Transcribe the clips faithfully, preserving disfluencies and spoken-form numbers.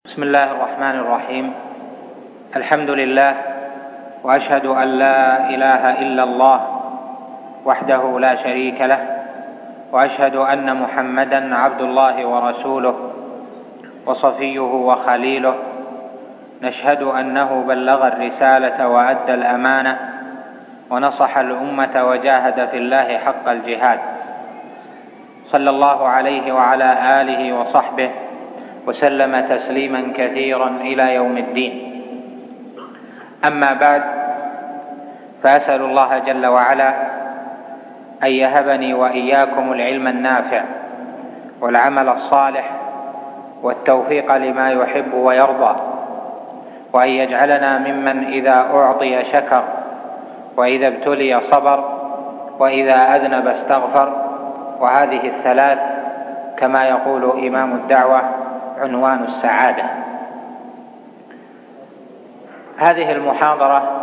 بسم الله الرحمن الرحيم. الحمد لله، وأشهد أن لا إله إلا الله وحده لا شريك له، وأشهد أن محمدًا عبد الله ورسوله وصفيه وخليله. نشهد أنه بلغ الرسالة وأدى الأمانة ونصح الأمة وجاهد في الله حق الجهاد، صلى الله عليه وعلى آله وصحبه وسلم تسليما كثيرا إلى يوم الدين. أما بعد، فأسأل الله جل وعلا أن يهبني وإياكم العلم النافع والعمل الصالح والتوفيق لما يحب ويرضى، وأن يجعلنا ممن إذا أعطي شكر، وإذا ابتلي صبر، وإذا أذنب استغفر. وهذه الثلاث كما يقول إمام الدعوة عنوان السعادة. هذه المحاضرة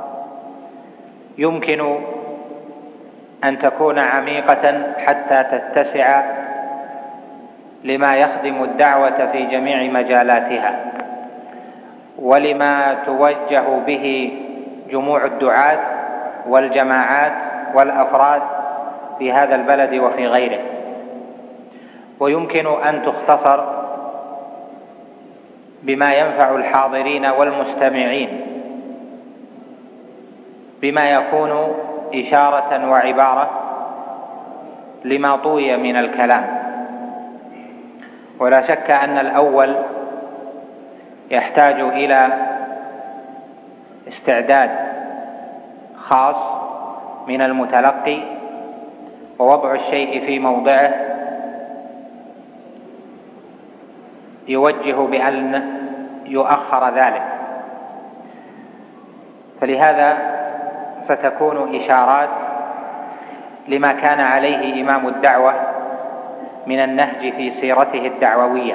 يمكن أن تكون عميقة حتى تتسع لما يخدم الدعوة في جميع مجالاتها، ولما توجه به جموع الدعاة والجماعات والأفراد في هذا البلد وفي غيره. ويمكن أن تختصر بما ينفع الحاضرين والمستمعين، بما يكون إشارة وعبارة لما طوي من الكلام. ولا شك أن الأول يحتاج إلى استعداد خاص من المتلقي ووضع الشيء في موضعه، يوجه بأن يؤخر ذلك. فلهذا ستكون إشارات لما كان عليه إمام الدعوة من النهج في سيرته الدعووية.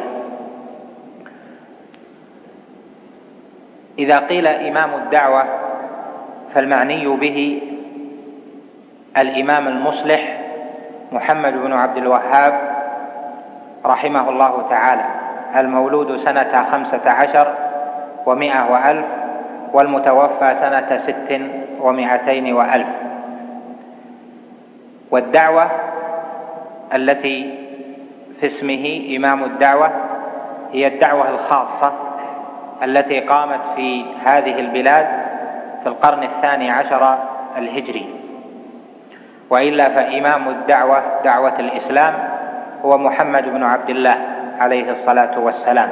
إذا قيل إمام الدعوة فالمعني به الإمام المصلح محمد بن عبد الوهاب رحمه الله تعالى، المولود سنة خمسة عشر ومائة وألف، والمتوفى سنة ست ومائتين وألف. والدعوة التي في اسمه إمام الدعوة هي الدعوة الخاصة التي قامت في هذه البلاد في القرن الثاني عشر الهجري، وإلا فإمام الدعوة دعوة الإسلام هو محمد بن عبد الله عليه الصلاة والسلام.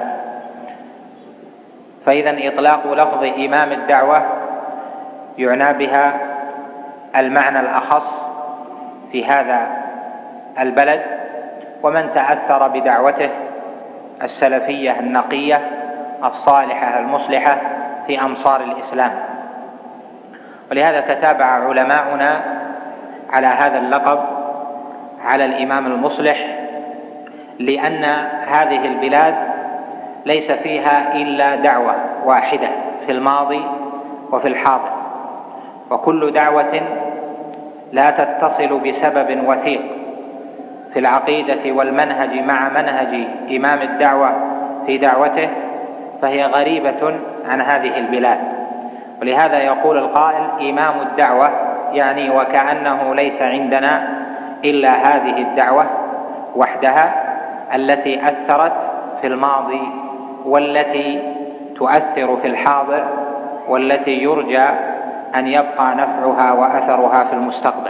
فإذا إطلاق لفظ إمام الدعوة يعنى بها المعنى الأخص في هذا البلد، ومن تأثر بدعوته السلفية النقية الصالحة المصلحة في أمصار الإسلام. ولهذا تتابع علماؤنا على هذا اللقب على الإمام المصلح، لأن هذه البلاد ليس فيها إلا دعوة واحدة في الماضي وفي الحاضر، وكل دعوة لا تتصل بسبب وثيق في العقيدة والمنهج مع منهج إمام الدعوة في دعوته فهي غريبة عن هذه البلاد. ولهذا يقول القائل إمام الدعوة، يعني وكأنه ليس عندنا إلا هذه الدعوة وحدها التي أثرت في الماضي والتي تؤثر في الحاضر والتي يرجى أن يبقى نفعها وأثرها في المستقبل.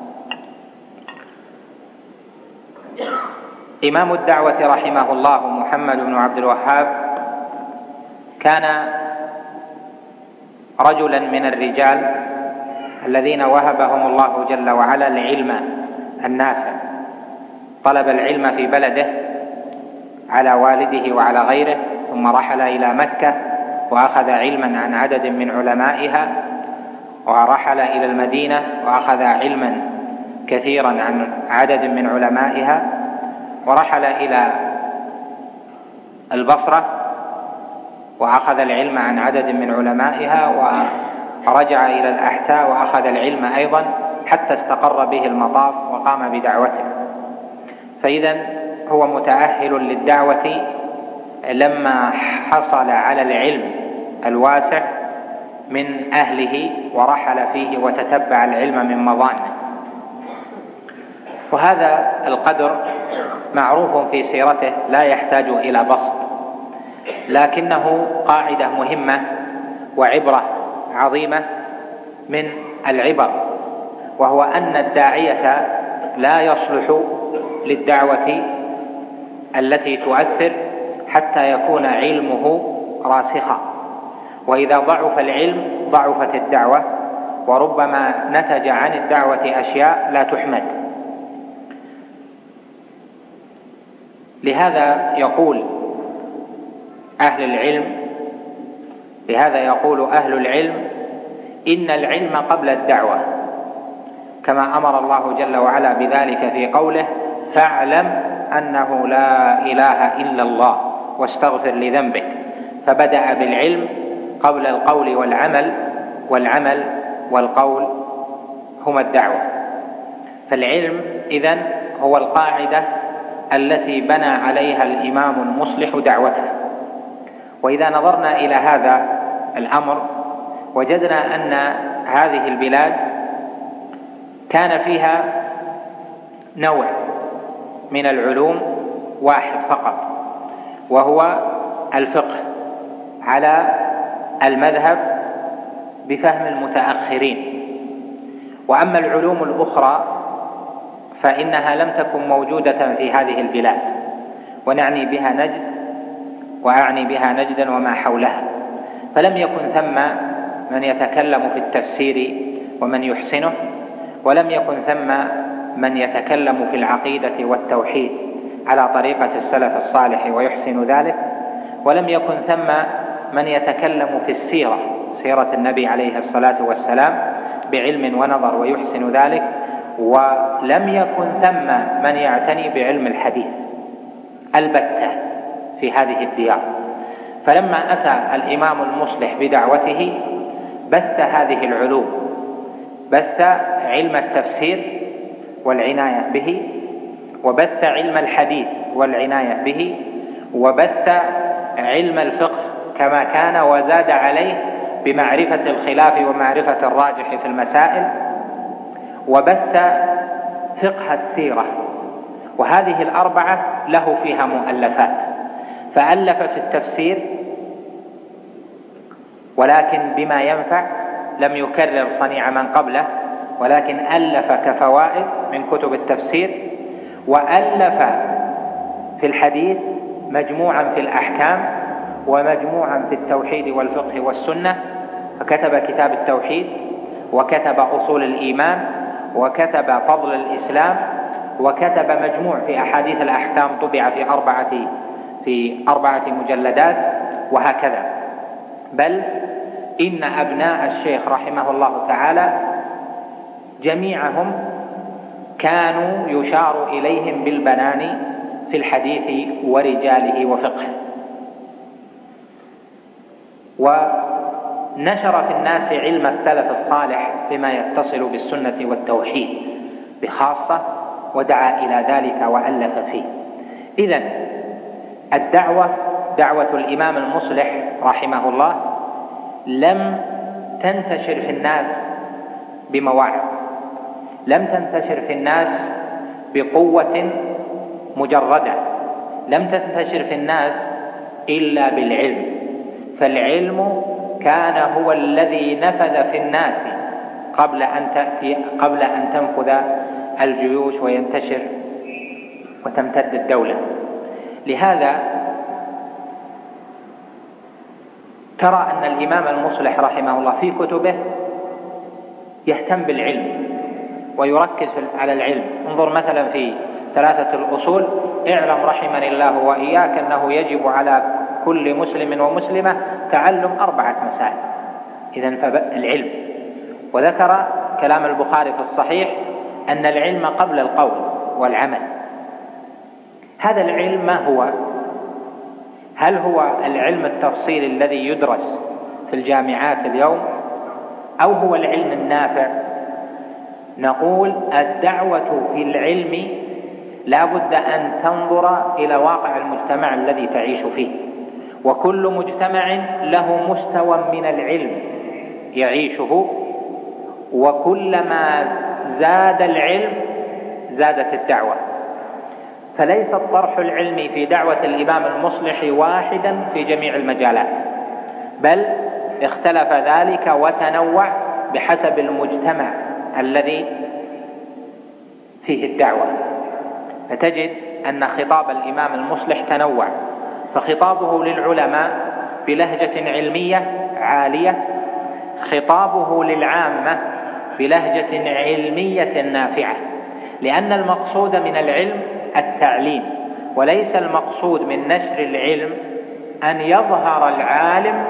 إمام الدعوة رحمه الله محمد بن عبد الوهاب كان رجلا من الرجال الذين وهبهم الله جل وعلا العلم النافع. طلب العلم في بلده على والده وعلى غيره، ثم رحل إلى مكة وأخذ علما عن عدد من علمائها، ورحل إلى المدينة وأخذ علما كثيرا عن عدد من علمائها، ورحل إلى البصرة وأخذ العلم عن عدد من علمائها، ورجع إلى الأحساء وأخذ العلم أيضا حتى استقر به المطاف وقام بدعوته. فإذا هو متأهل للدعوة لما حصل على العلم الواسع من أهله ورحل فيه وتتبع العلم من مظانه. وهذا القدر معروف في سيرته لا يحتاج إلى بسط، لكنه قاعدة مهمة وعبرة عظيمة من العبر، وهو أن الداعية لا يصلح للدعوة التي تؤثر حتى يكون علمه راسخا، وإذا ضعف العلم ضعفت الدعوة، وربما نتج عن الدعوة أشياء لا تحمد. لهذا يقول أهل العلم لهذا يقول أهل العلم إن العلم قبل الدعوة، كما أمر الله جل وعلا بذلك في قوله: فاعلم أنه لا إله إلا الله واستغفر لذنبك، فبدأ بالعلم قبل القول والعمل، والعمل والقول هما الدعوة. فالعلم إذن هو القاعدة التي بنى عليها الإمام المصلح دعوته. وإذا نظرنا إلى هذا الأمر وجدنا أن هذه البلاد كان فيها نوع من العلوم واحد فقط، وهو الفقه على المذهب بفهم المتأخرين. وأما العلوم الأخرى فإنها لم تكن موجودة في هذه البلاد، ونعني بها نجد وأعني بها نجدا وما حولها، فلم يكن ثم من يتكلم في التفسير ومن يحسنه، ولم يكن ثم من يتكلم في العقيدة والتوحيد على طريقة السلف الصالح ويحسن ذلك، ولم يكن ثم من يتكلم في السيرة، سيرة النبي عليه الصلاة والسلام، بعلم ونظر ويحسن ذلك، ولم يكن ثم من يعتني بعلم الحديث البتة في هذه الديار. فلما أتى الإمام المصلح بدعوته بث هذه العلوم، بث علم التفسير والعناية به، وبث علم الحديث والعناية به، وبث علم الفقه كما كان، وزاد عليه بمعرفة الخلاف ومعرفة الراجح في المسائل، وبث فقه السيرة. وهذه الأربعة له فيها مؤلفات، فألف في التفسير ولكن بما ينفع، لم يكرر صنيع من قبله، ولكن ألف كفوائد من كتب التفسير، وألف في الحديث مجموعا في الأحكام، ومجموعا في التوحيد والفقه والسنة، فكتب كتاب التوحيد، وكتب أصول الإيمان، وكتب فضل الإسلام، وكتب مجموع في أحاديث الأحكام طبع في أربعة في أربعة مجلدات، وهكذا. بل إن أبناء الشيخ رحمه الله تعالى جميعهم كانوا يشار إليهم بالبنان في الحديث ورجاله وفقه. ونشر في الناس علم السلف الصالح بما يتصل بالسنة والتوحيد بخاصة، ودعا إلى ذلك وألف فيه. إذن الدعوة دعوة الإمام المصلح رحمه الله لم تنتشر في الناس بمواعظ، لم تنتشر في الناس بقوة مجردة، لم تنتشر في الناس إلا بالعلم. فالعلم كان هو الذي نفذ في الناس قبل أن تأتي قبل أن تنفذ الجيوش وينتشر وتمتد الدولة. لهذا ترى أن الإمام المصلح رحمه الله في كتبه يهتم بالعلم ويركز على العلم. انظر مثلا في ثلاثة الأصول: اعلم رحمني الله وإياك أنه يجب على كل مسلم ومسلمة تعلم أربعة مسائل. إذن فالعلم. وذكر كلام البخاري في الصحيح أن العلم قبل القول والعمل. هذا العلم ما هو؟ هل هو العلم التفصيلي الذي يدرس في الجامعات اليوم، أو هو العلم النافع؟ نقول الدعوة في العلم لا بد أن تنظر إلى واقع المجتمع الذي تعيش فيه. وكل مجتمع له مستوى من العلم يعيشه، وكلما زاد العلم زادت الدعوة. فليس الطرح العلمي في دعوة الإمام المصلح واحدا في جميع المجالات، بل اختلف ذلك وتنوع بحسب المجتمع الذي فيه الدعوة. فتجد أن خطاب الإمام المصلح تنوع، فخطابه للعلماء بلهجة علمية عالية، خطابه للعامة بلهجة علمية نافعة، لأن المقصود من العلم التعليم، وليس المقصود من نشر العلم أن يظهر العالم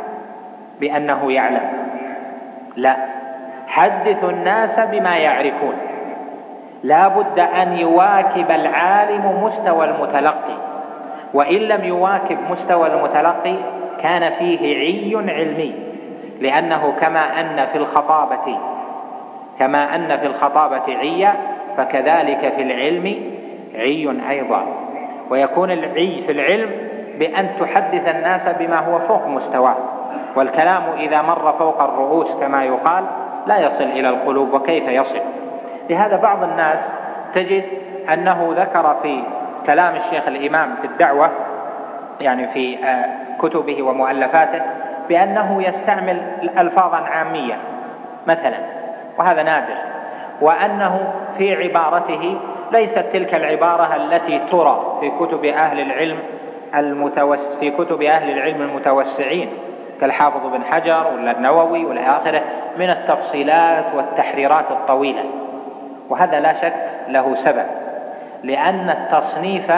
بأنه يعلم، لا، حدث الناس بما يعرفون. لا بد أن يواكب العالم مستوى المتلقي، وإن لم يواكب مستوى المتلقي كان فيه عي علمي، لأنه كما أن في الخطابة كما أن في الخطابة عيا فكذلك في العلم عي أيضا. ويكون العي في العلم بأن تحدث الناس بما هو فوق مستواه، والكلام إذا مر فوق الرؤوس كما يقال لا يصل إلى القلوب، وكيف يصل؟ لهذا بعض الناس تجد أنه ذكر في كلام الشيخ الإمام في الدعوة، يعني في كتبه ومؤلفاته، بأنه يستعمل ألفاظا عامية مثلا، وهذا نادر، وأنه في عبارته ليست تلك العبارة التي ترى في كتب أهل العلم المتوس في كتب أهل العلم المتوسعين كالحافظ بن حجر ولا النووي ولا آخره من التفصيلات والتحريرات الطويلة. وهذا لا شك له سبب، لأن التصنيف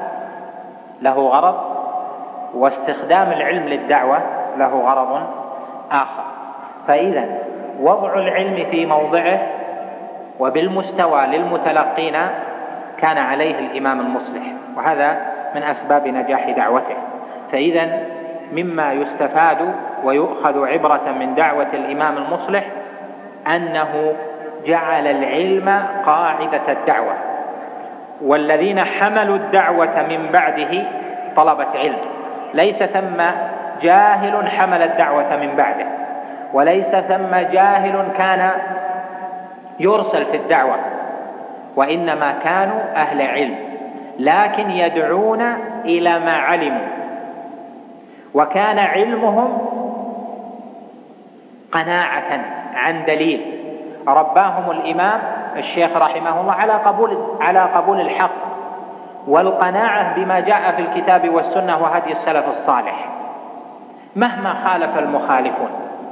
له غرض، واستخدام العلم للدعوة له غرض آخر. فإذا وضع العلم في موضعه وبالمستوى للمتلقين كان عليه الإمام المصلح، وهذا من أسباب نجاح دعوته. فإذا مما يستفاد ويؤخذ عبرة من دعوة الإمام المصلح أنه جعل العلم قاعدة الدعوة، والذين حملوا الدعوة من بعده طلبة علم. ليس ثم جاهل حمل الدعوة من بعده، وليس ثم جاهل كان يرسل في الدعوة، وإنما كانوا أهل علم لكن يدعون إلى ما علموا، وكان علمهم قناعة عن دليل. رباهم الإمام الشيخ رحمه الله على قبول على قبول الحق والقناعة بما جاء في الكتاب والسنة وهدي السلف الصالح مهما خالف المخالفون.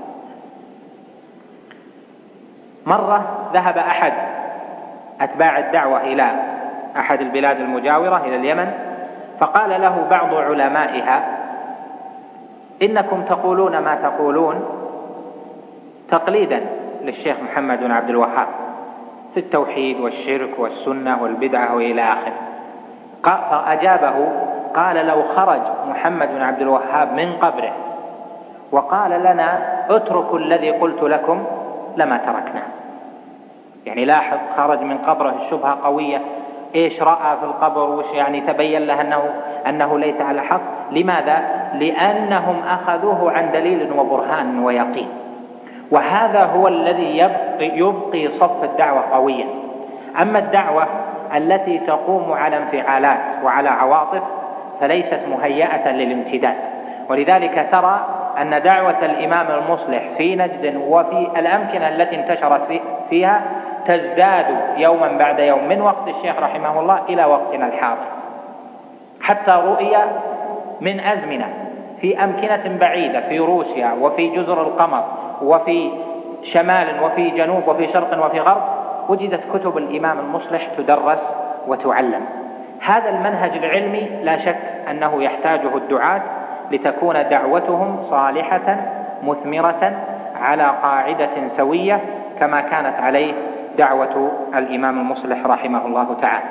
مرة ذهب أحد أتباع الدعوة إلى أحد البلاد المجاورة إلى اليمن، فقال له بعض علمائها: إنكم تقولون ما تقولون تقليدا للشيخ محمد بن عبد الوهاب في التوحيد والشرك والسنة والبدعة وإلى آخره. فأجابه قال: لو خرج محمد بن عبد الوهاب من قبره وقال لنا اتركوا الذي قلت لكم لما تركنا. يعني لاحظ، خرج من قبره الشبهة قوية، إيش رأى في القبر، وش يعني تبين له أنه, أنه ليس على حق. لماذا؟ لأنهم أخذوه عن دليل وبرهان ويقين، وهذا هو الذي يبقي, يبقي صف الدعوة قويا. أما الدعوة التي تقوم على انفعالات وعلى عواطف فليست مهيئة للامتداد. ولذلك ترى أن دعوة الإمام المصلح في نجد وفي الأمكنة التي انتشرت فيها تزداد يوما بعد يوم من وقت الشيخ رحمه الله إلى وقتنا الحاضر، حتى رؤية من أزمنة في أمكنة بعيدة في روسيا وفي جزر القمر وفي شمال وفي جنوب وفي شرق وفي غرب وجدت كتب الإمام المصلح تدرس وتعلم. هذا المنهج العلمي لا شك أنه يحتاجه الدعاة لتكون دعوتهم صالحة مثمرة على قاعدة سوية كما كانت عليه دعوة الإمام المصلح رحمه الله تعالى.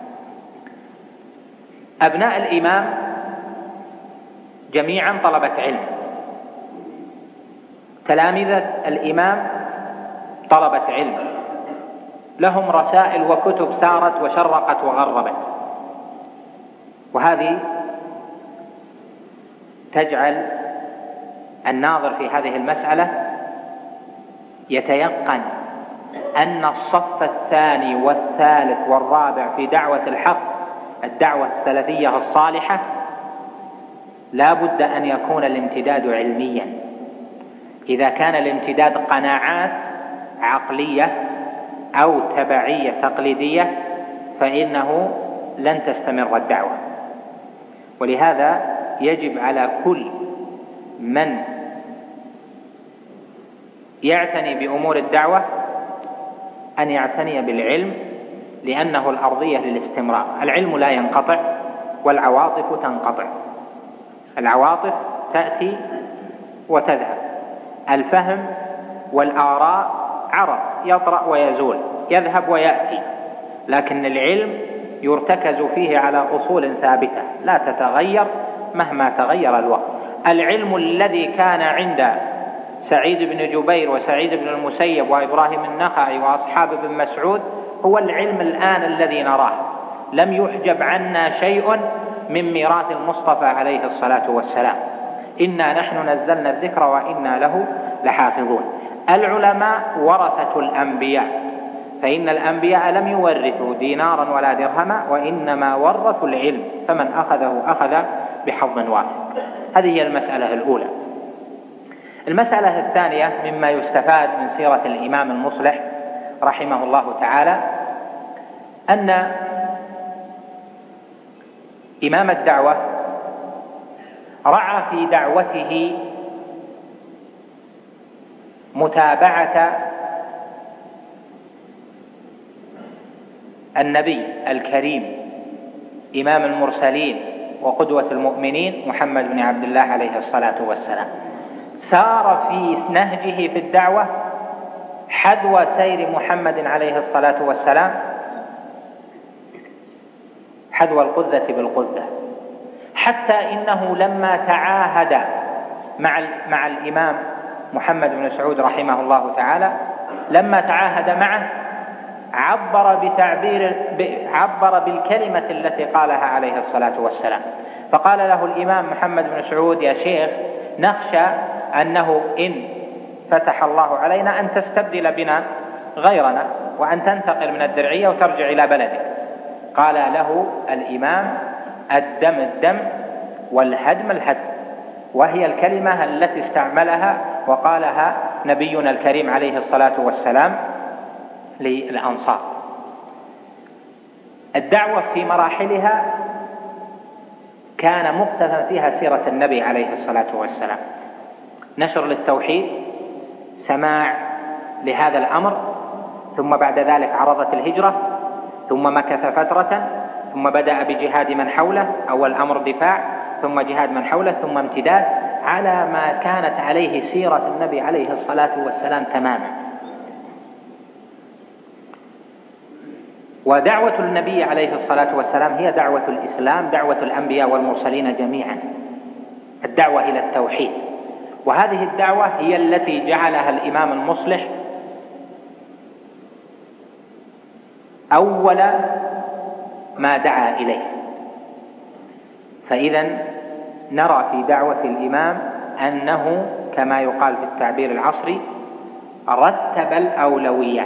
أبناء الإمام جميعا طلبة علم، تلامذة الإمام طلبة علم، لهم رسائل وكتب سارت وشرقت وغربت، وهذه تجعل الناظر في هذه المسألة يتيقن أن الصف الثاني والثالث والرابع في دعوة الحق، الدعوة السلفية الصالحة، لا بد أن يكون الامتداد علميا. إذا كان الامتداد قناعات عقلية أو تبعية تقليدية فإنه لن تستمر الدعوة. ولهذا يجب على كل من يعتني بأمور الدعوة أن يعتني بالعلم، لأنه الأرضية للاستمرار. العلم لا ينقطع والعواطف تنقطع، العواطف تأتي وتذهب، الفهم والآراء عرض يطرأ ويزول، يذهب ويأتي، لكن العلم يرتكز فيه على أصول ثابتة لا تتغير مهما تغير الوقت. العلم الذي كان عند سعيد بن جبير وسعيد بن المسيب وإبراهيم النخعي وأصحاب بن مسعود هو العلم الآن الذي نراه، لم يحجب عنا شيء من ميراث المصطفى عليه الصلاة والسلام. إنا نحن نزلنا الذكر وإنا له لحافظون. العلماء ورثة الأنبياء، فإن الأنبياء لم يورثوا دينارا ولا درهما، وإنما ورثوا العلم، فمن أخذه أخذ بحظ وافر. هذه هي المسألة الأولى. المسألة الثانية مما يستفاد من سيرة الإمام المصلح رحمه الله تعالى أن إمام الدعوة رعى في دعوته متابعة النبي الكريم إمام المرسلين وقدوة المؤمنين محمد بن عبد الله عليه الصلاة والسلام. سار في نهجه في الدعوة حذو سير محمد عليه الصلاة والسلام، حذو القذة بالقذة، حتى إنه لما تعاهد مع مع الإمام محمد بن سعود رحمه الله تعالى، لما تعاهد معه عبر بتعبير عبر بالكلمة التي قالها عليه الصلاة والسلام. فقال له الإمام محمد بن سعود: يا شيخ، نخشى أنه إن فتح الله علينا أن تستبدل بنا غيرنا وأن تنتقل من الدرعية وترجع إلى بلدك. قال له الإمام: الدم الدم والهدم الهدم، وهي الكلمة التي استعملها وقالها نبينا الكريم عليه الصلاة والسلام للأنصار. الدعوة في مراحلها كان مقتفى فيها سيرة النبي عليه الصلاة والسلام: نشر للتوحيد، سماع لهذا الأمر، ثم بعد ذلك عرضت الهجرة، ثم مكث فترة، ثم بدأ بجهاد من حوله، أول أمر دفاع، ثم جهاد من حوله، ثم امتداد على ما كانت عليه سيرة النبي عليه الصلاة والسلام تماما. ودعوة النبي عليه الصلاة والسلام هي دعوة الإسلام، دعوة الأنبياء والمرسلين جميعا، الدعوة إلى التوحيد. وهذه الدعوة هي التي جعلها الإمام المصلح أول ما دعا إليه. فإذا نرى في دعوة الإمام أنه كما يقال في التعبير العصري رتب الأولويات،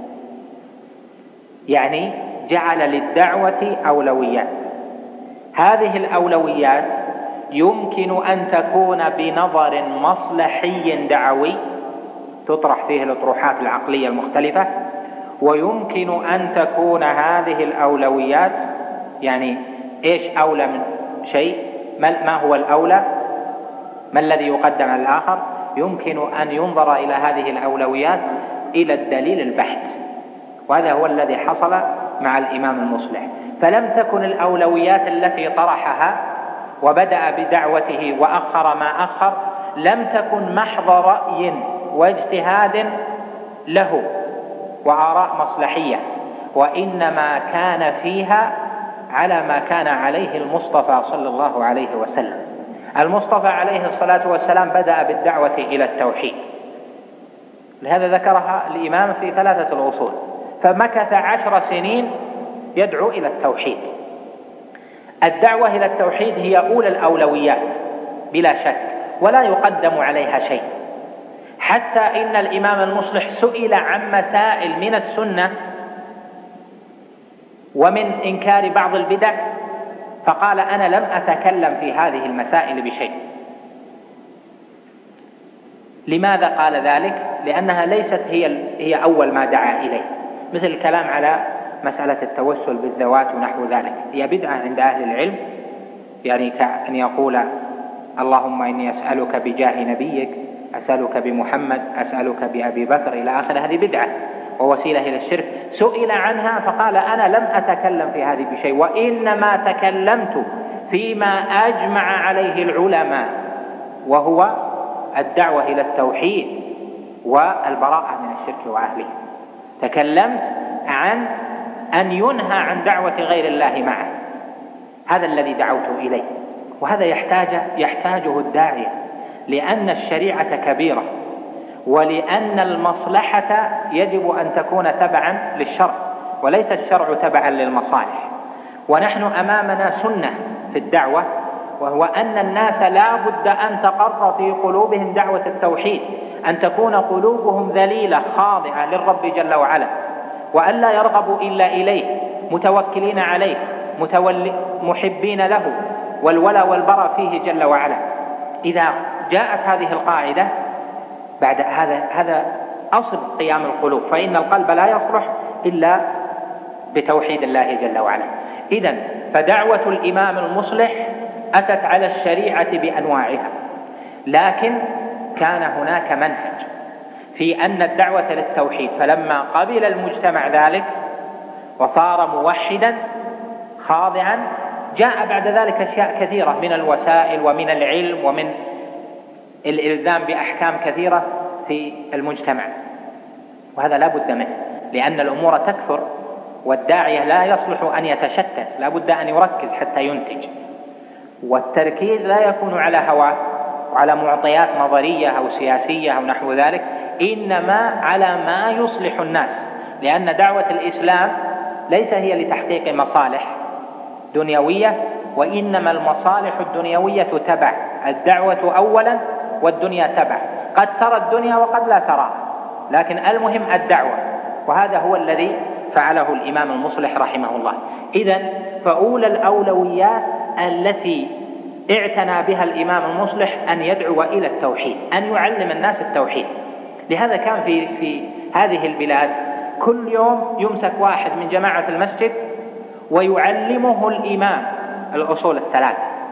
يعني جعل للدعوة أولويات. هذه الأولويات يمكن أن تكون بنظر مصلحي دعوي تطرح فيه الأطروحات العقلية المختلفة، ويمكن أن تكون هذه الأولويات يعني إيش أولى من شيء، ما هو الأولى، ما الذي يقدم على الآخر. يمكن أن ينظر إلى هذه الأولويات إلى الدليل البحث، وهذا هو الذي حصل مع الإمام المصلح. فلم تكن الأولويات التي طرحها وبدأ بدعوته وأخر ما أخر لم تكن محض رأي واجتهاد له وآراء مصلحية، وإنما كان فيها على ما كان عليه المصطفى صلى الله عليه وسلم. المصطفى عليه الصلاة والسلام بدأ بالدعوة إلى التوحيد، لهذا ذكرها الإمام في ثلاثة الأصول، فمكث عشر سنين يدعو إلى التوحيد. الدعوة إلى التوحيد هي أولى الأولويات، بلا شك، ولا يقدم عليها شيء. حتى إن الإمام المصلح سئل عن مسائل من السنة ومن إنكار بعض البدع فقال: أنا لم أتكلم في هذه المسائل بشيء. لماذا قال ذلك؟ لأنها ليست هي هي أول ما دعا إليه، مثل الكلام على مسألة التوسل بالذوات ونحو ذلك، هي بدعة عند أهل العلم، يعني كأن يقول: اللهم إني أسألك بجاه نبيك، أسألك بمحمد، أسألك بأبي بكر إلى آخر، هذه بدعة ووسيلة إلى الشرك. سئل عنها فقال: أنا لم أتكلم في هذه بشيء، وإنما تكلمت فيما أجمع عليه العلماء، وهو الدعوة إلى التوحيد والبراءة من الشرك وأهله. تكلمت عن أن ينهى عن دعوة غير الله معه، هذا الذي دعوت إليه، وهذا يحتاج يحتاجه الداعية، لأن الشريعة كبيرة، ولأن المصلحة يجب أن تكون تبعا للشرع، وليس الشرع تبعا للمصالح. ونحن أمامنا سنة في الدعوة، وهو أن الناس لا بد أن تقر في قلوبهم دعوة التوحيد، أن تكون قلوبهم ذليلة خاضعة للرب جل وعلا، وأن لا يرغبوا إلا إليه، متوكلين عليه، محبين له، والولا والبرى فيه جل وعلا. إذا جاءت هذه القاعدة بعد هذا هذا أصل قيام القلوب، فإن القلب لا يصلح إلا بتوحيد الله جل وعلا. إذن فدعوة الإمام المصلح أتت على الشريعة بأنواعها، لكن كان هناك منهج في أن الدعوة للتوحيد، فلما قبل المجتمع ذلك وصار موحدا خاضعا، جاء بعد ذلك أشياء كثيرة من الوسائل ومن العلم ومن الإلزام بأحكام كثيرة في المجتمع، وهذا لا بد منه، لأن الأمور تكثر والداعية لا يصلح أن يتشتت، لا بد أن يركز حتى ينتج، والتركيز لا يكون على هواه وعلى معطيات نظرية أو سياسية أو نحو ذلك، إنما على ما يصلح الناس، لأن دعوة الإسلام ليس هي لتحقيق مصالح دنيوية، وإنما المصالح الدنيوية تبع الدعوة أولا، والدنيا تبع، قد ترى الدنيا وقد لا ترى، لكن المهم الدعوة، وهذا هو الذي فعله الإمام المصلح رحمه الله. إذن فأولى الأولويات التي اعتنى بها الإمام المصلح أن يدعو إلى التوحيد، أن يعلم الناس التوحيد. لهذا كان في, في هذه البلاد كل يوم يمسك واحد من جماعة المسجد ويعلمه الإمام الأصول الثلاث،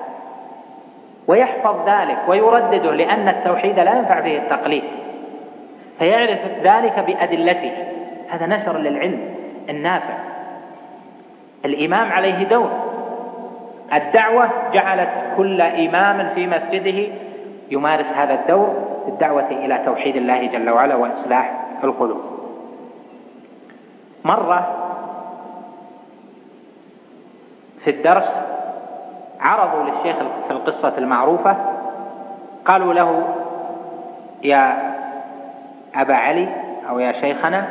ويحفظ ذلك ويردده، لأن التوحيد لا ينفع فيه التقليد، فيعرف ذلك بأدلته. هذا نشر للعلم النافع. الإمام عليه دور، الدعوة جعلت كل إمام في مسجده يمارس هذا الدور في الدعوة إلى توحيد الله جل وعلا وإصلاح القلوب. مرة في الدرس عرضوا للشيخ في القصة المعروفة، قالوا له: يا أبا علي أو يا شيخنا،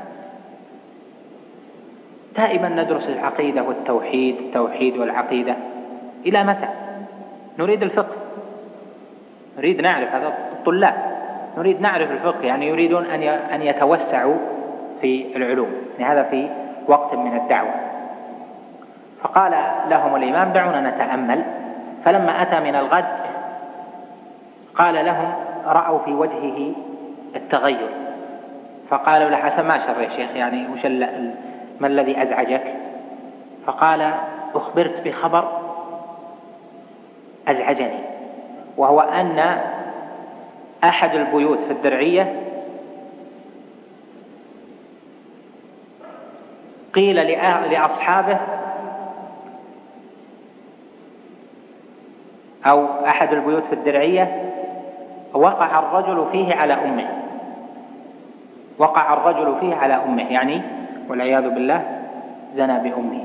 دائما ندرس العقيدة والتوحيد، التوحيد والعقيدة، إلى متى؟ نريد الفقه، نريد نعرف، هذا الطلاب نريد نعرف الفقه، يعني يريدون أن يتوسعوا في العلوم، هذا في وقت من الدعوة. فقال لهم الإمام: دعونا نتأمل. فلما أتى من الغد قال لهم: رأوا في وجهه التغير، فقالوا له: حسن ما شر يا شيخ، يعني وش ما الذي أزعجك؟ فقال: أخبرت بخبر أزعجني، وهو أن أحد البيوت في الدرعية قيل لأصحابه، أو أحد البيوت في الدرعية وقع الرجل فيه على أمه، وقع الرجل فيه على أمه، يعني والعياذ بالله زنى بأمه.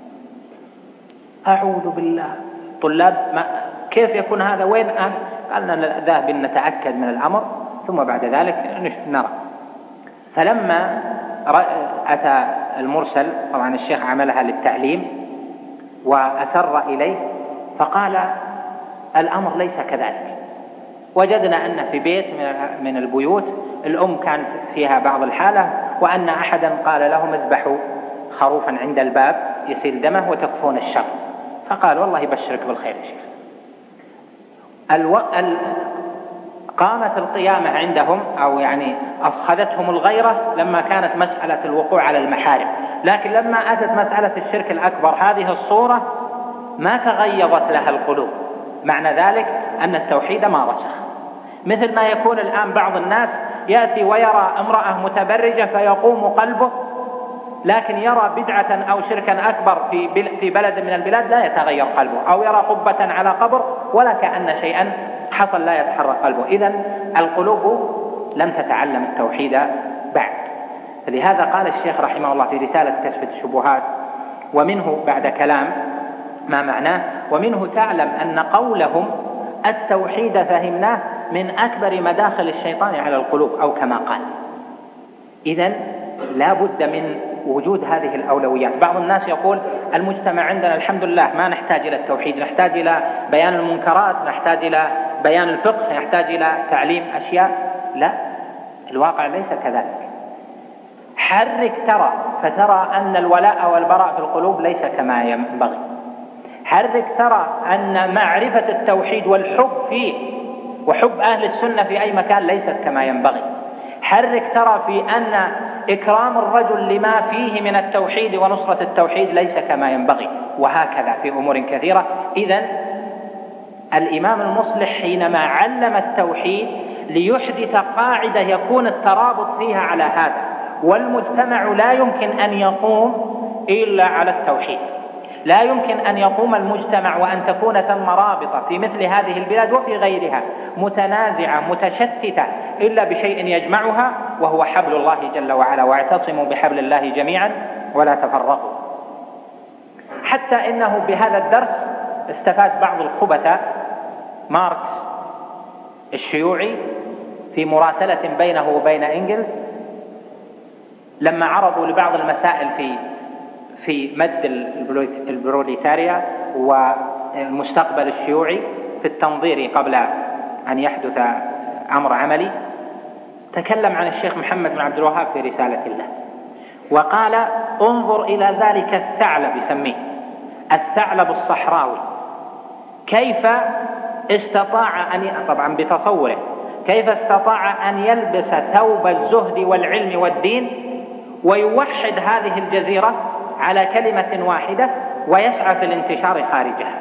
أعوذ بالله. طلاب: ما كيف يكون هذا؟ وين أن؟ قالنا: ذاهب نتأكد من الأمر ثم بعد ذلك نرى. فلما أتى المرسل، طبعا الشيخ عملها للتعليم وأسر إليه، فقال: الأمر ليس كذلك. وجدنا أن في بيت من البيوت الأم كانت فيها بعض الحالة، وأن أحدا قال لهم اذبحوا خروفا عند الباب يسيل دمه وتكفون الشر، فقال والله بشرك بالخير يا شيخ. الو... ال... قامت القيامة عندهم، أو يعني أخذتهم الغيرة لما كانت مسألة الوقوع على المحارم، لكن لما أتت مسألة الشرك الأكبر هذه الصورة ما تغيظت لها القلوب. معنى ذلك أن التوحيد ما رسخ، مثل ما يكون الآن بعض الناس يأتي ويرى امرأة متبرجة فيقوم قلبه، لكن يرى بدعة أو شركا أكبر في بلد من البلاد لا يتغير قلبه، أو يرى قبة على قبر ولا كأن شيئا حصل لا يتحرك قلبه. إذن القلوب لم تتعلم التوحيد بعد. فلهذا قال الشيخ رحمه الله في رسالة كشف الشبهات: ومنه بعد كلام ما معناه: ومنه تعلم أن قولهم التوحيد فهمناه من أكبر مداخل الشيطان على القلوب، أو كما قال. إذن لا بد من وجود هذه الأولويات. بعض الناس يقول المجتمع عندنا الحمد لله ما نحتاج إلى التوحيد، نحتاج إلى بيان المنكرات، نحتاج إلى بيان الفقه، نحتاج إلى تعليم أشياء. لا، الواقع ليس كذلك. حرك ترى فترى أن الولاء والبراء في القلوب ليس كما ينبغي. حرك ترى أن معرفة التوحيد والحب فيه وحب أهل السنة في أي مكان ليست كما ينبغي. حرك ترى في أن إكرام الرجل لما فيه من التوحيد ونصرة التوحيد ليس كما ينبغي، وهكذا في أمور كثيرة. إذن الإمام المصلح حينما علم التوحيد ليحدث قاعدة يكون الترابط فيها على هذا، والمجتمع لا يمكن أن يقوم إلا على التوحيد. لا يمكن أن يقوم المجتمع وأن تكون ثم رابطة في مثل هذه البلاد وفي غيرها متنازعة متشتتة إلا بشيء يجمعها، وهو حبل الله جل وعلا: واعتصموا بحبل الله جميعا ولا تفرقوا. حتى إنه بهذا الدرس استفاد بعض الخبثاء ماركس الشيوعي في مراسلة بينه وبين إنجلز لما عرضوا لبعض المسائل في في مد البروليتاريا والمستقبل الشيوعي في التنظير قبل أن يحدث أمر عملي. تكلم عن الشيخ محمد بن عبد الوهاب في رسالة الله وقال: انظر إلى ذلك الثعلب، يسميه الثعلب الصحراوي، كيف استطاع أن، طبعا بتصوره، كيف استطاع أن يلبس ثوب الزهد والعلم والدين ويوحد هذه الجزيرة على كلمة واحدة ويسعى في الانتشار خارجها.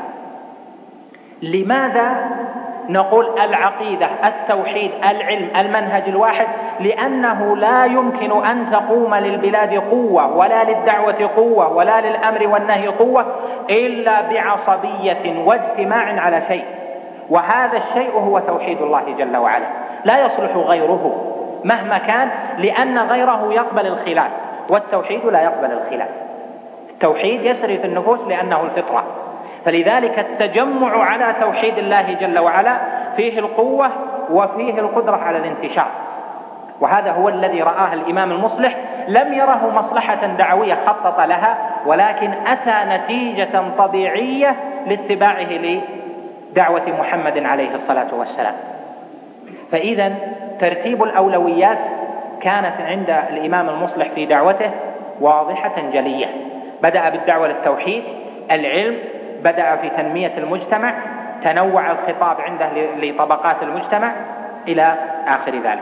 لماذا نقول العقيدة، التوحيد، العلم، المنهج الواحد؟ لأنه لا يمكن أن تقوم للبلاد قوة ولا للدعوة قوة ولا للأمر والنهي قوة إلا بعصبية واجتماع على شيء، وهذا الشيء هو توحيد الله جل وعلا. لا يصلح غيره مهما كان، لأن غيره يقبل الخلاف والتوحيد لا يقبل الخلاف. التوحيد يسري في النفوس لأنه الفطرة، فلذلك التجمع على توحيد الله جل وعلا فيه القوة وفيه القدرة على الانتشار. وهذا هو الذي رآه الإمام المصلح، لم يره مصلحة دعوية خطط لها، ولكن أتى نتيجة طبيعية لاتباعه لدعوة محمد عليه الصلاة والسلام. فإذا ترتيب الأولويات كانت عند الإمام المصلح في دعوته واضحة جلية. بدأ بالدعوة للتوحيد، العلم، بدأ في تنمية المجتمع، تنوع الخطاب عنده لطبقات المجتمع إلى آخر ذلك.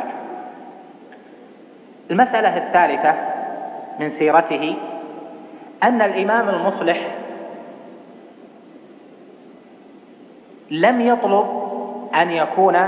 المسألة الثالثة من سيرته أن الإمام المصلح لم يطلب أن يكون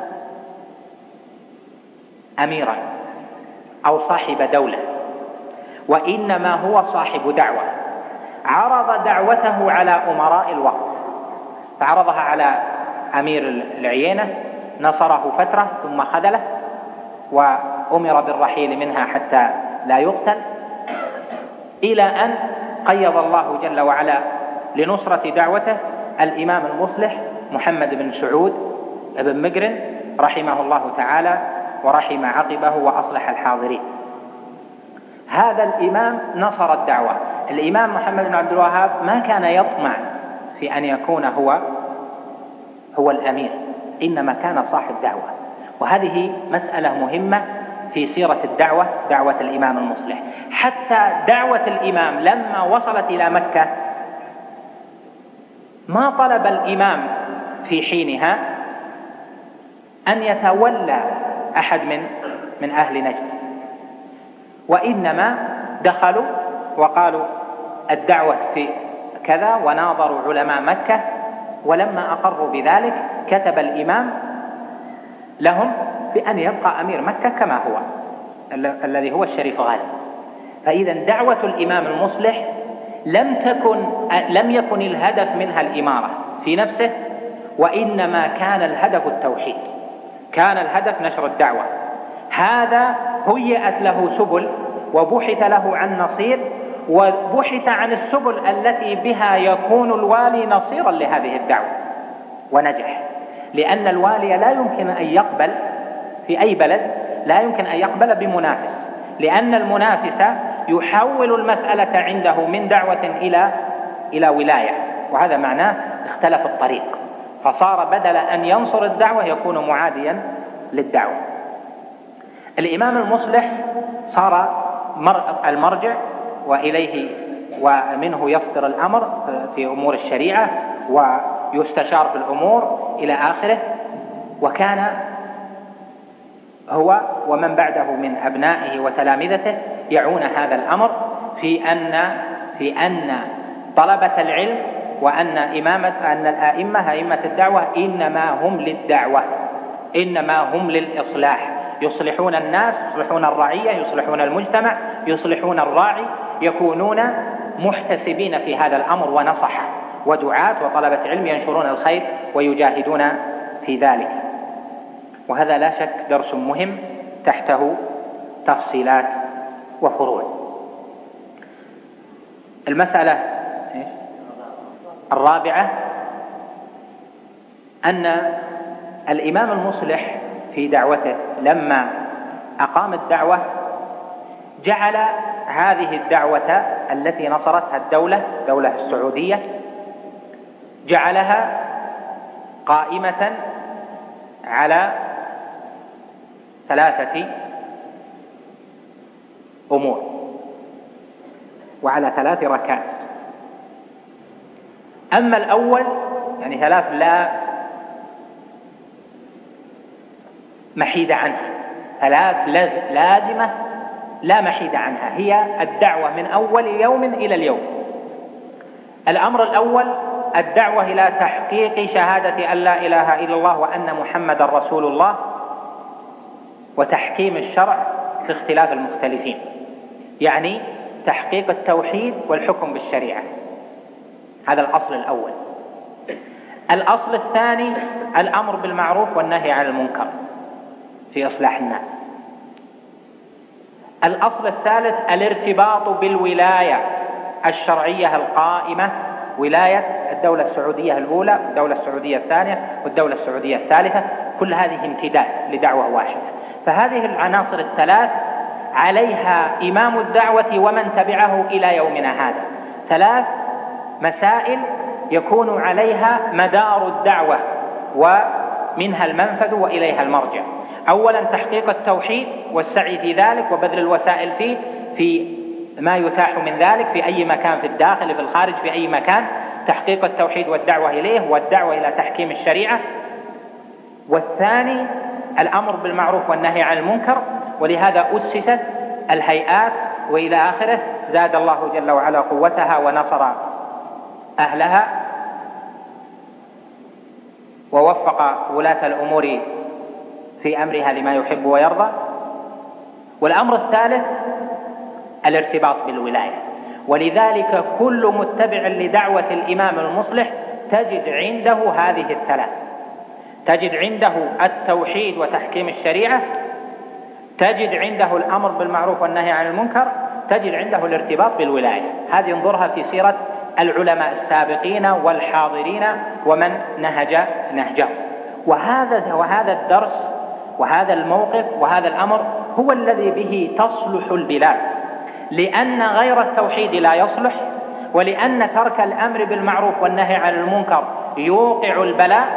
أميرا أو صاحب دولة، وإنما هو صاحب دعوة. عرض دعوته على أمراء الوقت، فعرضها على أمير العيينة، نصره فترة ثم خذله وأمر بالرحيل منها حتى لا يقتل، إلى أن قيض الله جل وعلا لنصرة دعوته الإمام المصلح محمد بن سعود بن مقرن رحمه الله تعالى ورحم عقبه وأصلح الحاضرين. هذا الإمام نصر الدعوة. الإمام محمد بن عبد الوهاب ما كان يطمع في أن يكون هو هو الأمير، إنما كان صاحب دعوة. وهذه مسألة مهمة في سيرة الدعوة، دعوة الإمام المصلح. حتى دعوة الإمام لما وصلت إلى مكة ما طلب الإمام في حينها أن يتولى أحد من من أهل نجد، وإنما دخلوا وقالوا الدعوة في كذا، وناظروا علماء مكة، ولما أقروا بذلك كتب الإمام لهم بأن يبقى أمير مكة كما هو الذي هو الشريف غالب. فإذا دعوة الإمام المصلح لم تكن لم يكن الهدف منها الإمارة في نفسه، وإنما كان الهدف التوحيد، كان الهدف نشر الدعوة. هذا هيئت له سبل وبحث له عن نصير، وبحث عن السبل التي بها يكون الوالي نصيرا لهذه الدعوة، ونجح. لأن الوالي لا يمكن أن يقبل في أي بلد، لا يمكن أن يقبل بمنافس، لأن المنافس يحول المسألة عنده من دعوة إلى إلى ولاية، وهذا معناه اختلف الطريق، فصار بدل أن ينصر الدعوة يكون معاديا للدعوة. الإمام المصلح صار المرجع، وإليه ومنه يصدر الأمر في أمور الشريعة ويستشار في الأمور إلى آخره. وكان هو ومن بعده من أبنائه وتلامذته يعون هذا الأمر في أن في أن طلبة العلم وأن إمامة أن الآئمة أئمة الدعوة إنما هم للدعوة، إنما هم للإصلاح، يصلحون الناس، يصلحون الرعية، يصلحون المجتمع، يصلحون الراعي، يكونون محتسبين في هذا الأمر ونصحة ودعاة وطلبة علم ينشرون الخير ويجاهدون في ذلك. وهذا لا شك درس مهم تحته تفصيلات وفروع. المسألة الرابعة أن الإمام المصلح في دعوته لما أقام الدعوة جعل هذه الدعوة التي نصرتها الدولة دولة السعودية جعلها قائمة على ثلاثة أمور وعلى ثلاث ركائز. أما الأول يعني ثلاث لا محيد عنها، ثلاث لازمة لا محيد عنها، هي الدعوة من أول يوم إلى اليوم. الأمر الأول الدعوة إلى تحقيق شهادة أن لا إله إلا الله وأن محمد رسول الله، وتحكيم الشرع في اختلاف المختلفين، يعني تحقيق التوحيد والحكم بالشريعة. هذا الأصل الأول. الأصل الثاني الأمر بالمعروف والنهي عن المنكر في إصلاح الناس. الأصل الثالث الارتباط بالولاية الشرعية القائمة، ولاية الدولة السعودية الأولى والدولة السعودية الثانية والدولة السعودية الثالثة، كل هذه امتداد لدعوة واحدة. فهذه العناصر الثلاث عليها إمام الدعوة ومن تبعه إلى يومنا هذا، ثلاث مسائل يكون عليها مدار الدعوة ومنها المنفذ وإليها المرجع. أولا تحقيق التوحيد والسعي في ذلك وبذل الوسائل فيه في ما يتاح من ذلك في أي مكان، في الداخل في الخارج، في أي مكان، تحقيق التوحيد والدعوة إليه والدعوة إلى تحكيم الشريعة. والثاني الأمر بالمعروف والنهي عن المنكر، ولهذا أسست الهيئات وإلى آخره، زاد الله جل وعلا قوتها ونصر أهلها ووفق ولاة الأمور في أمرها لما يحب ويرضى. والأمر الثالث الارتباط بالولاية، ولذلك كل متبع لدعوة الإمام المصلح تجد عنده هذه الثلاث، تجد عنده التوحيد وتحكيم الشريعة، تجد عنده الأمر بالمعروف والنهي عن المنكر، تجد عنده الارتباط بالولاية. هذه انظرها في سيرة العلماء السابقين والحاضرين ومن نهج نهجه. وهذا وهذا الدرس وهذا الموقف وهذا الأمر هو الذي به تصلح البلاد، لأن غير التوحيد لا يصلح، ولأن ترك الأمر بالمعروف والنهي عن المنكر يوقع البلاء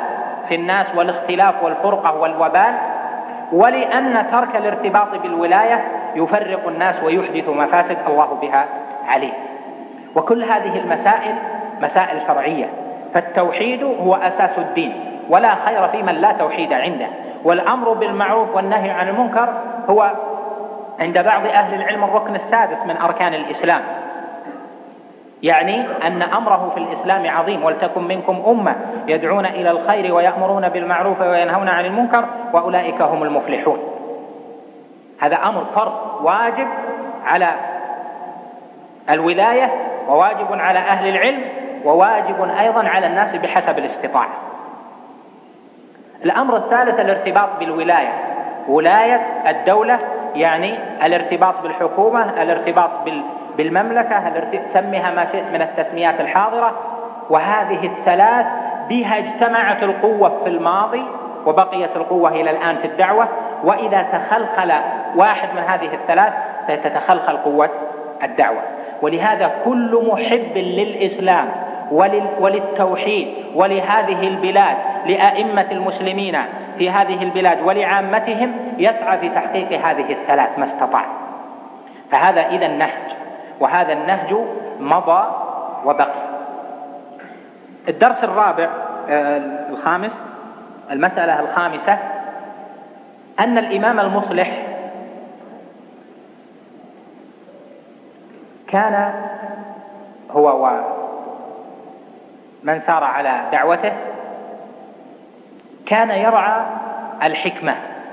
في الناس والاختلاف والفرقة والوبال، ولأن ترك الارتباط بالولاية يفرق الناس ويحدث مفاسد الله بها عليه. وكل هذه المسائل مسائل شرعية، فالتوحيد هو أساس الدين، ولا خير في من لا توحيد عنده. والأمر بالمعروف والنهي عن المنكر هو عند بعض أهل العلم الركن السادس من أركان الإسلام، يعني أن أمره في الإسلام عظيم. ولتكن منكم أمة يدعون إلى الخير ويأمرون بالمعروف وينهون عن المنكر وأولئك هم المفلحون. هذا أمر فرض واجب على الولاية، وواجب على أهل العلم، وواجب أيضا على الناس بحسب الاستطاعة. الأمر الثالث الارتباط بالولاية، ولاية الدولة يعني الارتباط بالحكومة، الارتباط بالمملكة، سميها ما شئت من التسميات الحاضرة. وهذه الثلاث بها اجتمعت القوة في الماضي وبقيت القوة إلى الآن في الدعوة، وإذا تخلخل واحد من هذه الثلاث ستتخلخل قوة الدعوة. ولهذا كل محب للإسلام وللتوحيد ولهذه البلاد، لأئمة المسلمين في هذه البلاد ولعامتهم، يسعى في تحقيق هذه الثلاث ما استطاع. فهذا إذا النهج، وهذا النهج مضى وبقي. الدرس الرابع الخامس، المسألة الخامسة، أن الإمام المصلح كان هو ومن سار على دعوته كان يرعى الحكمة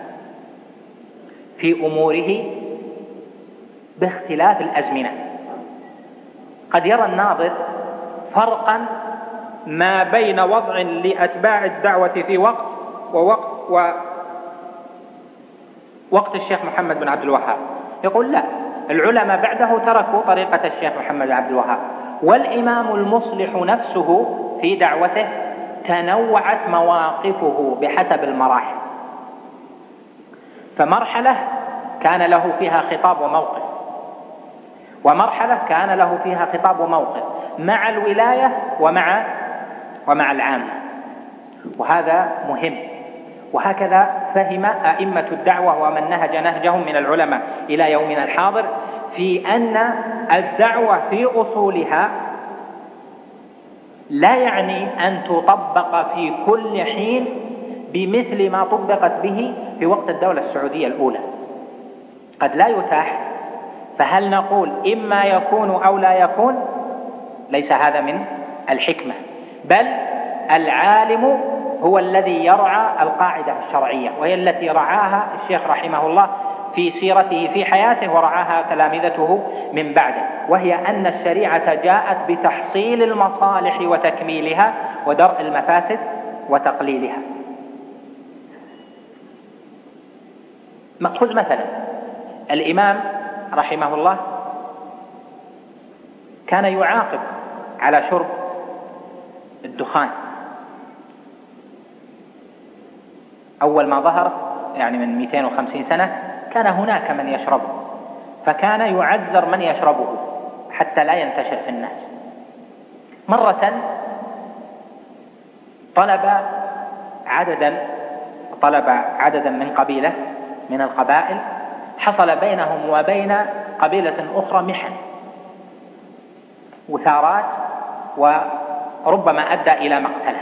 في أموره باختلاف الأزمنة. قد يرى الناظر فرقا ما بين وضع لأتباع الدعوة في وقت ووقت ووقت الشيخ محمد بن عبد الوهاب، يقول لا، العلماء بعده تركوا طريقة الشيخ محمد بن عبد الوهاب. والإمام المصلح نفسه في دعوته تنوعت مواقفه بحسب المراحل، فمرحلة كان له فيها خطاب وموقف، ومرحلة كان له فيها خطاب وموقف مع الولاية ومع ومع العامة، وهذا مهم. وهكذا فهم أئمة الدعوة ومن نهج نهجهم من العلماء إلى يومنا الحاضر، في أن الدعوة في أصولها لا يعني أن تطبق في كل حين بمثل ما طبقت به في وقت الدولة السعودية الأولى، قد لا يتاح. فهل نقول إما يكون أو لا يكون؟ ليس هذا من الحكمة، بل العالم هو الذي يرعى القاعدة الشرعية، وهي التي رعاها الشيخ رحمه الله في سيرته في حياته، ورعاها تلامذته من بعده، وهي أن الشريعة جاءت بتحصيل المصالح وتكميلها ودرء المفاسد وتقليلها. خذ مثلا الإمام رحمه الله كان يعاقب على شرب الدخان أول ما ظهر، يعني من مئتين وخمسين سنة كان هناك من يشربه، فكان يعذر من يشربه حتى لا ينتشر في الناس. مرة طلب عددا طلب عددا من قبيلة من القبائل، حصل بينهم وبين قبيلة أخرى محن وثارات، وربما أدى إلى مقتله.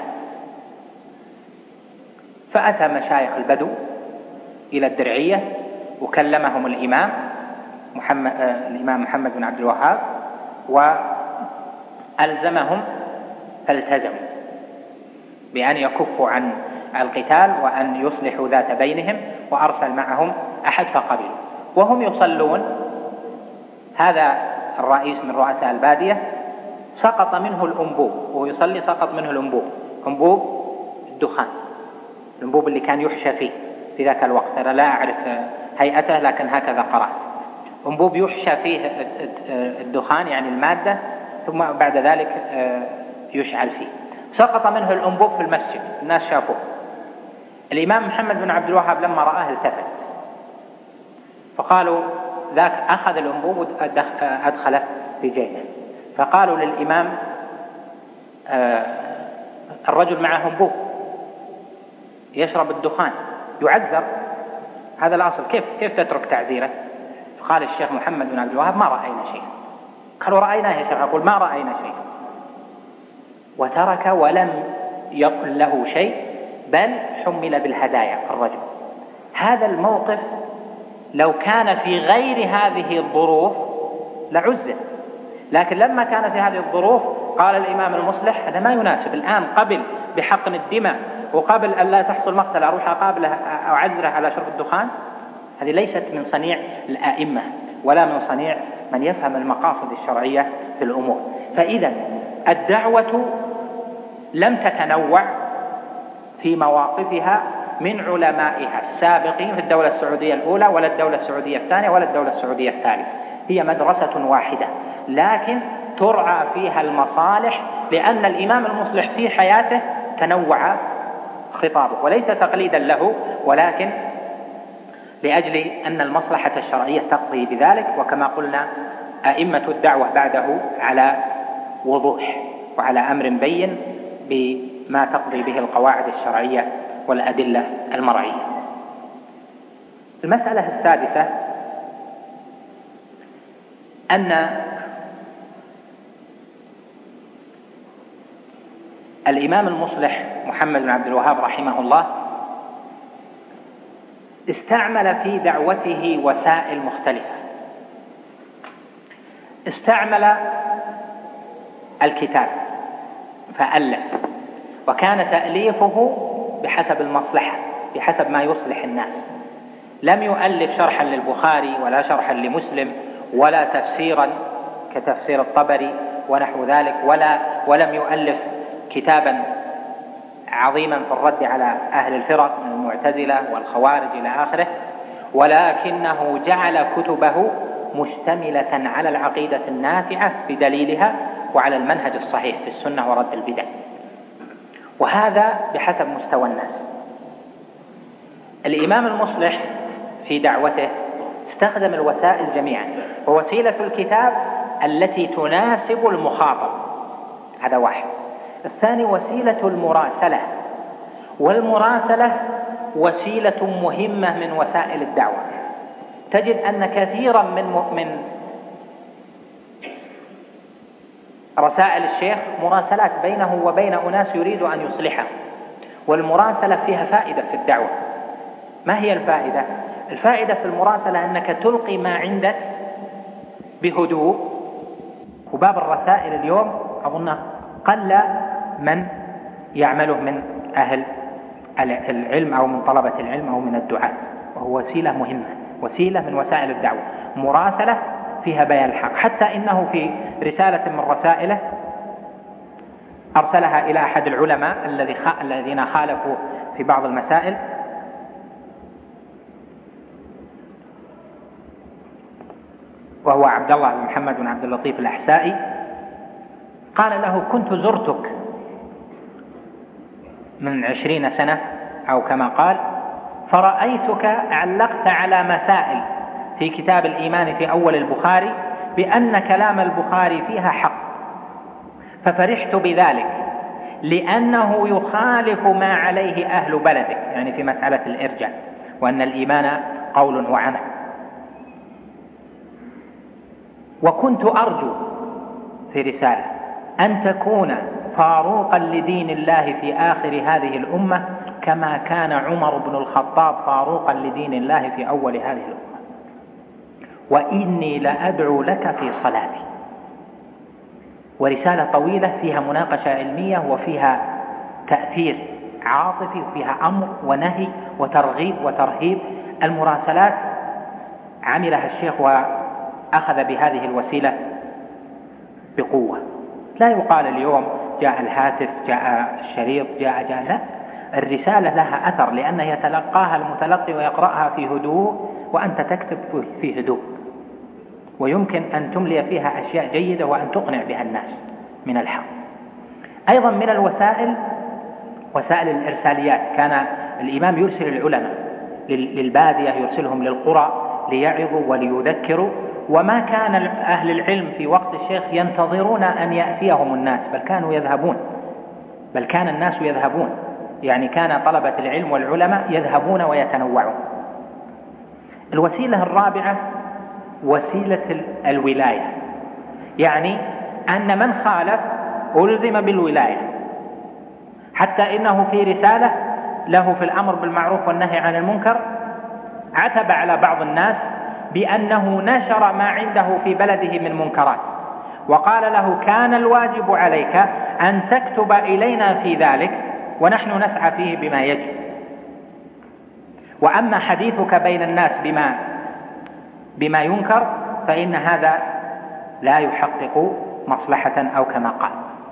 فأتى مشايخ البدو إلى الدرعية وكلمهم الإمام محمد, الإمام محمد بن عبد الوهاب، وألزمهم فالتزموا بأن يكفوا عن القتال وأن يصلحوا ذات بينهم، وأرسل معهم أحد فقبلوا وهم يصلون. هذا الرئيس من رؤساء البادية سقط منه الأنبوب وهو يصلي، سقط منه الأنبوب، أنبوب الدخان، الأنبوب اللي كان يحشى فيه في ذاك الوقت. أنا لا أعرف هيئته لكن هكذا قرأت، أنبوب يحشى فيه الدخان يعني المادة، ثم بعد ذلك يشعل فيه. سقط منه الأنبوب في المسجد، الناس شافوه. الإمام محمد بن عبد الوهاب لما رآه التفت، فقالوا ذاك أخذ الأنبوب وأدخله في جيبه. فقالوا للإمام الرجل معه أنبوب، يشرب الدخان يعذر، هذا الأصل. كيف كيف تترك تعزيره؟ قال الشيخ محمد بن عبد الوهاب ما رأينا شيئا. قالوا رأيناه يا شيخ، أقول ما رأينا شيئا، وترك ولم يقل له شيء، بل حمل بالهدايا الرجل. هذا الموقف لو كان في غير هذه الظروف لعزل، لكن لما كان في هذه الظروف قال الإمام المصلح هذا ما يناسب. الآن قبل بحقن الدماء وقبل أن لا تحصل مقتل أروح أقابله أو أعذره على شرب الدخان، هذه ليست من صنيع الآئمة ولا من صنيع من يفهم المقاصد الشرعية في الأمور. فإذا الدعوة لم تتنوع في مواقفها من علمائها السابقين في الدولة السعودية الأولى ولا الدولة السعودية الثانية ولا الدولة السعودية الثالثة، هي مدرسة واحدة، لكن ترعى فيها المصالح، لأن الإمام المصلح في حياته تنوع خطابه، وليس تقليدا له، ولكن لأجل أن المصلحة الشرعية تقضي بذلك. وكما قلنا أئمة الدعوة بعده على وضوح وعلى أمر بين بما تقضي به القواعد الشرعية والأدلة المرعية. المسألة السادسة أن الإمام المصلح محمد بن عبد الوهاب رحمه الله استعمل في دعوته وسائل مختلفة. استعمل الكتاب فألف، وكان تأليفه بحسب المصلحة بحسب ما يصلح الناس. لم يؤلف شرحا للبخاري ولا شرحا لمسلم ولا تفسيرا كتفسير الطبري ونحو ذلك، ولا ولم يؤلف كتابا عظيما في الرد على أهل الفرق من المعتزلة والخوارج إلى آخره، ولكنه جعل كتبه مشتملة على العقيدة النافعة بدليلها وعلى المنهج الصحيح في السنة ورد البدع، وهذا بحسب مستوى الناس. الإمام المصلح في دعوته استخدم الوسائل جميعا، ووسيلة الكتاب التي تناسب المخاطب، هذا واحد. الثاني وسيلة المراسلة، والمراسلة وسيلة مهمة من وسائل الدعوة. تجد أن كثيرا من من رسائل الشيخ مراسلات بينه وبين أناس يريد أن يصلحه، والمراسلة فيها فائدة في الدعوة. ما هي الفائدة؟ الفائدة في المراسلة أنك تلقي ما عندك بهدوء، وباب الرسائل اليوم أظن قل من يعمله من أهل العلم أو من طلبة العلم أو من الدعاة، وهو وسيلة مهمة، وسيلة من وسائل الدعوة، مراسلة فيها بيان الحق. حتى إنه في رسالة من رسائله أرسلها إلى أحد العلماء الذين خالفوا في بعض المسائل، وهو عبد الله بن محمد بن عبد اللطيف الأحسائي، قال له: كنت زرتك من عشرين سنة أو كما قال، فرأيتك علقت على مسائل في كتاب الإيمان في أول البخاري بأن كلام البخاري فيها حق، ففرحت بذلك لأنه يخالف ما عليه أهل بلدك، يعني في مسألة الإرجاء، وأن الإيمان قول وعمل. وكنت أرجو في رسالة أن تكون فاروقا لدين الله في آخر هذه الأمة كما كان عمر بن الخطاب فاروقا لدين الله في أول هذه الأمة، وإني لأدعو لك في صلاتي. ورسالة طويلة فيها مناقشة علمية وفيها تأثير عاطفي وفيها أمر ونهي وترغيب وترهيب. المراسلات عملها الشيخ وأخذ بهذه الوسيلة بقوة. لا يقال اليوم جاء الهاتف، جاء الشريط، جاء جاء لا، الرسالة لها أثر لأنه يتلقاها المتلقي ويقرأها في هدوء، وأنت تكتب في هدوء، ويمكن أن تملي فيها أشياء جيدة وأن تقنع بها الناس من الحق. أيضا من الوسائل وسائل الإرساليات، كان الإمام يرسل العلماء للبادية، يرسلهم للقرى ليعظوا وليذكروا، وما كان أهل العلم في وقت الشيخ ينتظرون أن يأتيهم الناس، بل كانوا يذهبون، بل كان الناس يذهبون يعني كان طلبة العلم والعلماء يذهبون ويتنوعون. الوسيلة الرابعة وسيلة الولاية، يعني أن من خالف ألزم بالولاية، حتى إنه في رسالة له في الأمر بالمعروف والنهي عن المنكر عتب على بعض الناس بأنه نشر ما عنده في بلده من منكرات، وقال له: كان الواجب عليك أن تكتب إلينا في ذلك ونحن نسعى فيه بما يجب، وأما حديثك بين الناس بما, بما ينكر فإن هذا لا يحقق مصلحة، أو كما قال.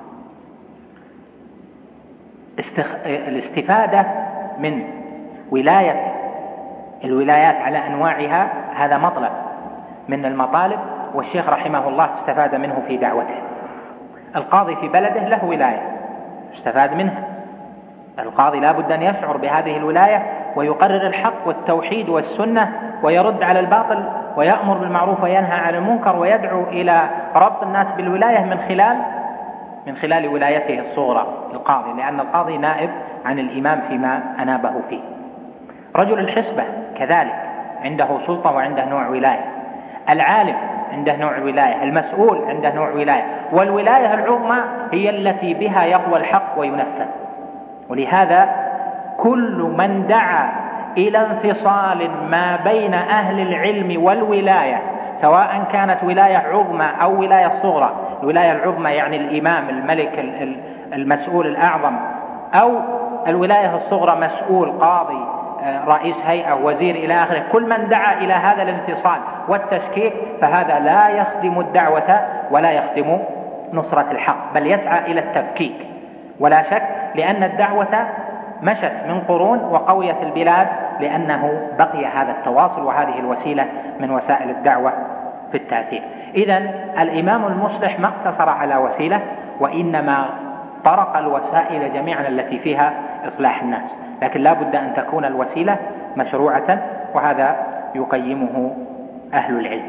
الاستفادة من ولاية الولايات على أنواعها هذا مطلب من المطالب، والشيخ رحمه الله استفاد منه في دعوته. القاضي في بلده له ولاية استفاد منها، القاضي لا بد أن يشعر بهذه الولاية ويقرر الحق والتوحيد والسنة ويرد على الباطل ويأمر بالمعروف وينهى عن المنكر ويدعو إلى ربط الناس بالولاية من خلال من خلال ولايته الصغرى القاضي، لأن القاضي نائب عن الإمام فيما أنابه فيه. رجل الحسبة كذلك عنده سلطة وعنده نوع ولاية، العالم عنده نوع ولاية، المسؤول عنده نوع ولاية، والولاية العظمى هي التي بها يقوى الحق وينفذ. ولهذا كل من دعا إلى انفصال ما بين أهل العلم والولاية، سواء كانت ولاية عظمى أو ولاية صغرى، الولاية العظمى يعني الإمام الملك المسؤول الأعظم، أو الولاية الصغرى مسؤول قاضي رئيس هيئة وزير إلى آخره، كل من دعا إلى هذا الانفصال والتشكيك فهذا لا يخدم الدعوة ولا يخدم نصرة الحق، بل يسعى إلى التفكيك. ولا شك لأن الدعوة مشت من قرون وقويت البلاد لأنه بقي هذا التواصل وهذه الوسيلة من وسائل الدعوة في التأثير. إذن الإمام المصلح ما اقتصر على وسيلة، وإنما طرق الوسائل جميعا التي فيها إصلاح الناس، لكن لا بد أن تكون الوسيلة مشروعة، وهذا يقيمه أهل العلم.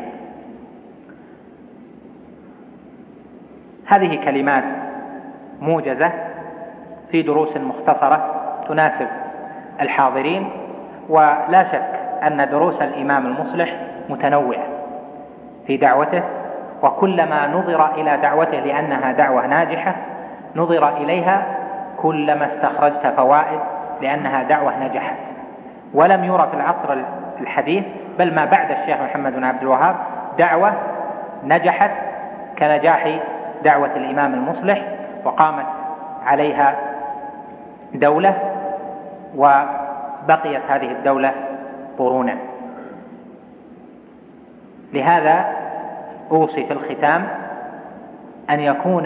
هذه كلمات موجزة في دروس مختصرة تناسب الحاضرين، ولا شك أن دروس الإمام المصلح متنوعة في دعوته، وكلما نظر إلى دعوته لأنها دعوة ناجحة نظر إليها كلما استخرجت فوائد لأنها دعوة نجحت. ولم يرى في العصر الحديث بل ما بعد الشيخ محمد بن عبد الوهاب دعوة نجحت كنجاح دعوة الإمام المصلح، وقامت عليها دولة وبقيت هذه الدولة قرونا. لهذا أوصي في الختام أن يكون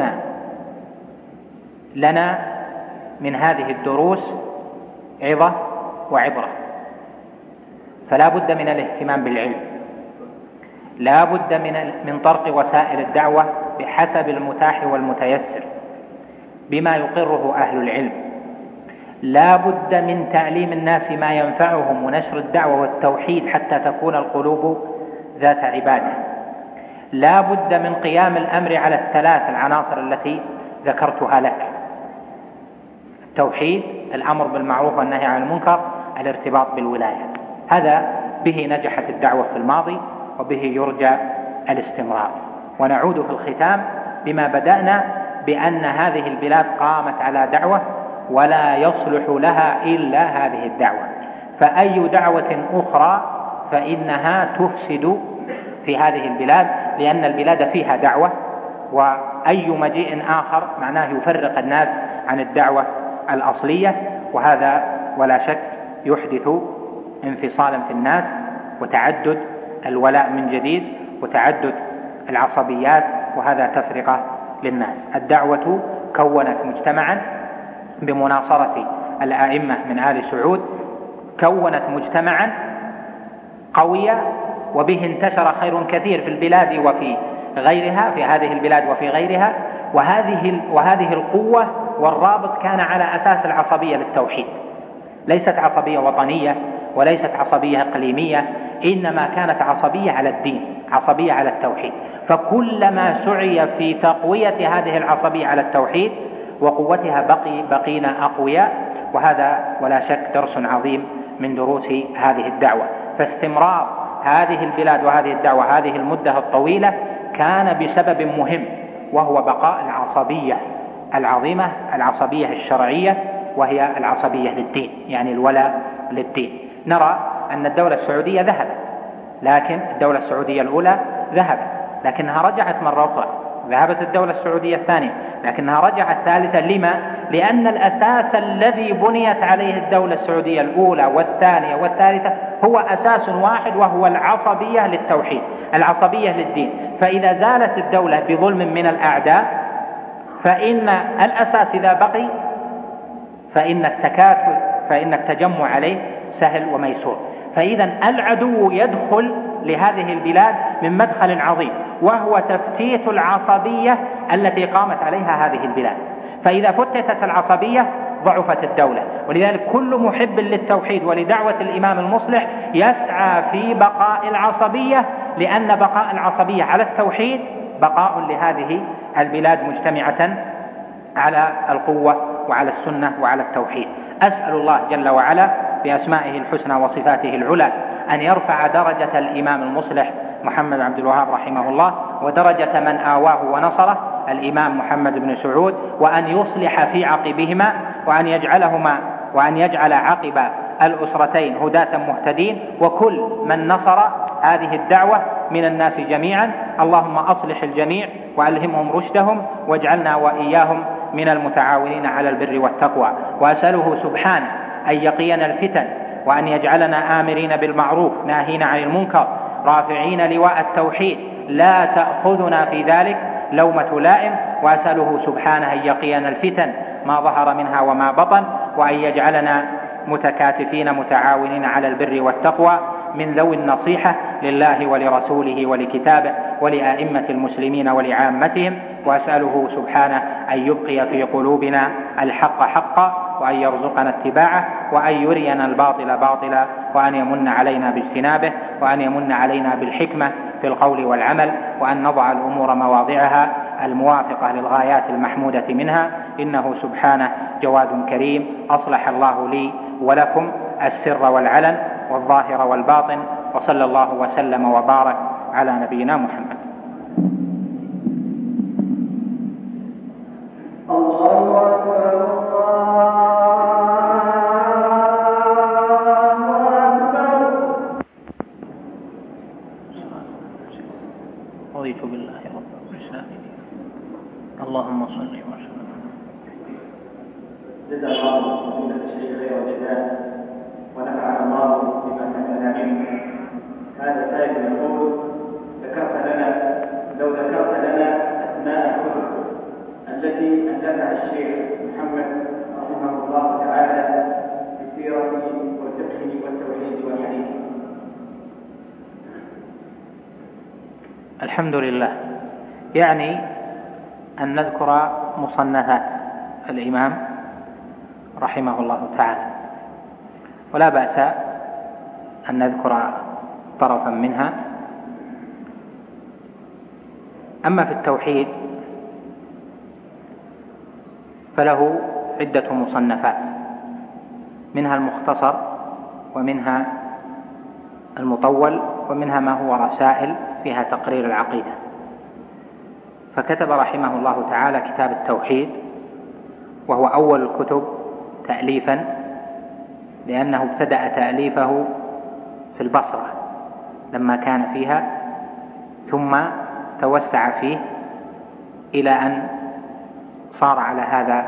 لنا من هذه الدروس عظة وعبرة، فلا بد من الاهتمام بالعلم، لا بد من من طرق وسائل الدعوة بحسب المتاح والمتيسر بما يقره أهل العلم، لا بد من تعليم الناس ما ينفعهم ونشر الدعوة والتوحيد حتى تكون القلوب ذات عبادة، لا بد من قيام الأمر على الثلاث العناصر التي ذكرتها لك: التوحيد، الأمر بالمعروف والنهي عن المنكر، الارتباط بالولاية. هذا به نجحت الدعوة في الماضي وبه يرجى الاستمرار. ونعود في الختام بما بدأنا، بأن هذه البلاد قامت على دعوة ولا يصلح لها إلا هذه الدعوة، فأي دعوة أخرى فإنها تفسد في هذه البلاد، لأن البلاد فيها دعوة، وأي مجيء آخر معناه يفرق الناس عن الدعوة الأصلية، وهذا ولا شك يحدث انفصالا في الناس وتعدد الولاء من جديد وتعدد العصبيات، وهذا تفرقة للناس. الدعوة كونت مجتمعا بمناصرة الأئمة من آل سعود، كونت مجتمعا قوية وبه انتشر خير كثير في البلاد وفي غيرها، في هذه البلاد وفي غيرها، وهذه وهذه القوة والرابط كان على أساس العصبية للتوحيد، ليست عصبية وطنية وليست عصبية إقليمية، إنما كانت عصبية على الدين، عصبية على التوحيد. فكلما سعي في تقوية هذه العصبية على التوحيد وقوتها بقي بقينا أقوياء، وهذا ولا شك درس عظيم من دروس هذه الدعوة. فاستمرار هذه البلاد وهذه الدعوة هذه المدة الطويلة كان بسبب مهم، وهو بقاء العصبية العظيمة، العصبية الشرعية، وهي العصبية للدين، يعني الولاء للدين. نرى أن الدولة السعودية ذهبت، لكن الدولة السعودية الأولى ذهبت لكنها رجعت مرة أخرى، ذهبت الدولة السعودية الثانية لكنها رجعت ثالثة. لما؟ لأن الأساس الذي بنيت عليه الدولة السعودية الأولى والثانية والثالثة هو أساس واحد، وهو العصبية للتوحيد، العصبية للدين. فإذا زالت الدولة بظلم من الأعداء فإن الأساس إذا بقي فإن التكاتل فإن التجمع عليه سهل وميسور. فإذا العدو يدخل لهذه البلاد من مدخل عظيم، وهو تفتيت العصبية التي قامت عليها هذه البلاد. فإذا فتتت العصبية ضعفت الدولة، ولذلك كل محب للتوحيد ولدعوة الإمام المصلح يسعى في بقاء العصبية، لأن بقاء العصبية على التوحيد بقاء لهذه البلاد مجتمعة على القوة وعلى السنة وعلى التوحيد. أسأل الله جل وعلا بأسمائه الحسنى وصفاته العلى أن يرفع درجة الإمام المصلح محمد عبد الوهاب رحمه الله ودرجة من آواه ونصره الإمام محمد بن سعود، وأن يصلح في عقبهما، وأن يجعلهما وأن يجعل عقب الأسرتين هداة مهتدين، وكل من نصر هذه الدعوة من الناس جميعا. اللهم أصلح الجميع وألهمهم رشدهم، واجعلنا وإياهم من المتعاونين على البر والتقوى. وأسأله سبحانه أن يقينا الفتن، وأن يجعلنا آمرين بالمعروف ناهين عن المنكر، رافعين لواء التوحيد لا تأخذنا في ذلك لومة لائم. وأسأله سبحانه أن يقينا الفتن ما ظهر منها وما بطن، وأن يجعلنا متكاتفين متعاونين على البر والتقوى من ذوي النصيحة لله ولرسوله ولكتابه ولأئمة المسلمين ولعامتهم. وأسأله سبحانه أن يبقي في قلوبنا الحق حقا، وأن يرزقنا اتباعه، وأن يرينا الباطل باطلا، وأن يمن علينا باجتنابه، وأن يمن علينا بالحكمة في القول والعمل، وأن نضع الأمور مواضعها الموافقة للغايات المحمودة منها، إنه سبحانه جواد كريم. أصلح الله لي ولكم السر والعلن والظاهر والباطن، وصلى الله وسلم وبارك على نبينا محمد. الله أكبر رضيت بالله ربا والإسلام دينا اللهم صل وسلم. جزا الله فضيلة الشيخ خير الجزاء ونفعنا الله بما سمعنا منه. هذا سائل يقول: ذكرت لنا لو ذكرت لنا أسماء الكتب التي ألفها الشيخ محمد رحمه الله تعالى في السيرة والفقه والتوحيد والحديث. الحمد لله. يعني أن نذكر مصنفات الإمام رحمه الله تعالى، ولا بأس أن نذكر طرفا منها. أما في التوحيد فله عدة مصنفات، منها المختصر، ومنها المطول، ومنها ما هو رسائل فيها تقرير العقيدة. فكتب رحمه الله تعالى كتاب التوحيد، وهو أول الكتب تأليفا، لأنه ابتدأ تأليفه في البصرة لما كان فيها، ثم توسع فيه إلى أن صار على هذا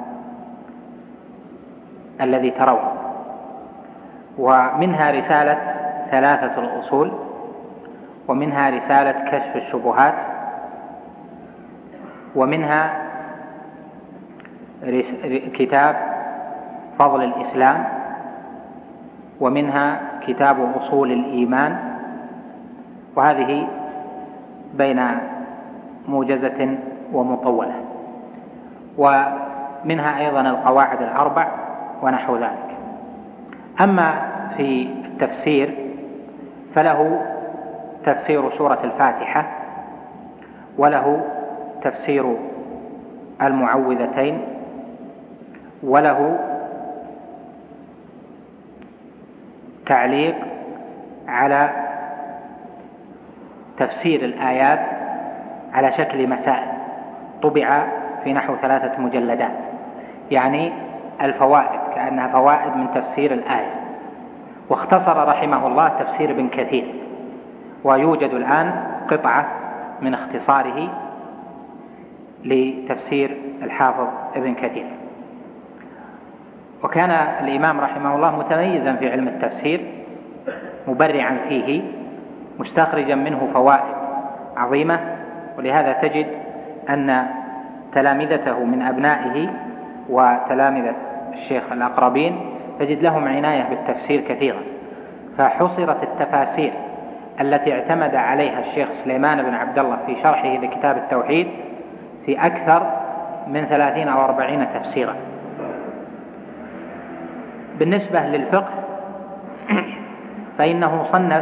الذي ترون. ومنها رسالة ثلاثة الأصول، ومنها رسالة كشف الشبهات، ومنها كتاب فضل الإسلام، ومنها كتاب أصول الإيمان، وهذه بين موجزة ومطولة، ومنها أيضا القواعد الأربع ونحو ذلك. أما في التفسير فله تفسير سورة الفاتحة، وله تفسير المعوذتين، وله تعليق على تفسير الآيات على شكل مسائل، طبع في نحو ثلاثة مجلدات، يعني الفوائد كأنها فوائد من تفسير الآية. واختصر رحمه الله تفسير ابن كثير، ويوجد الآن قطعة من اختصاره لتفسير الحافظ ابن كثير. وكان الإمام رحمه الله متميزا في علم التفسير، مبرعا فيه، مستخرجا منه فوائد عظيمة. ولهذا تجد أن تلامذته من أبنائه وتلامذة الشيخ الأقربين تجد لهم عناية بالتفسير كثيرا، فحصرت التفاسير التي اعتمد عليها الشيخ سليمان بن عبد الله في شرحه لكتاب التوحيد في أكثر من ثلاثين أو أربعين تفسيرا. بالنسبة للفقه فإنه صنف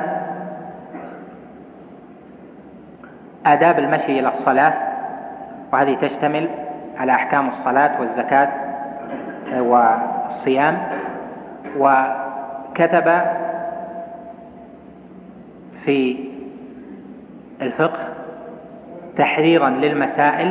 آداب المشي إلى الصلاة، وهذه تشتمل على أحكام الصلاة والزكاة والصيام. وكتب في الفقه تحريرا للمسائل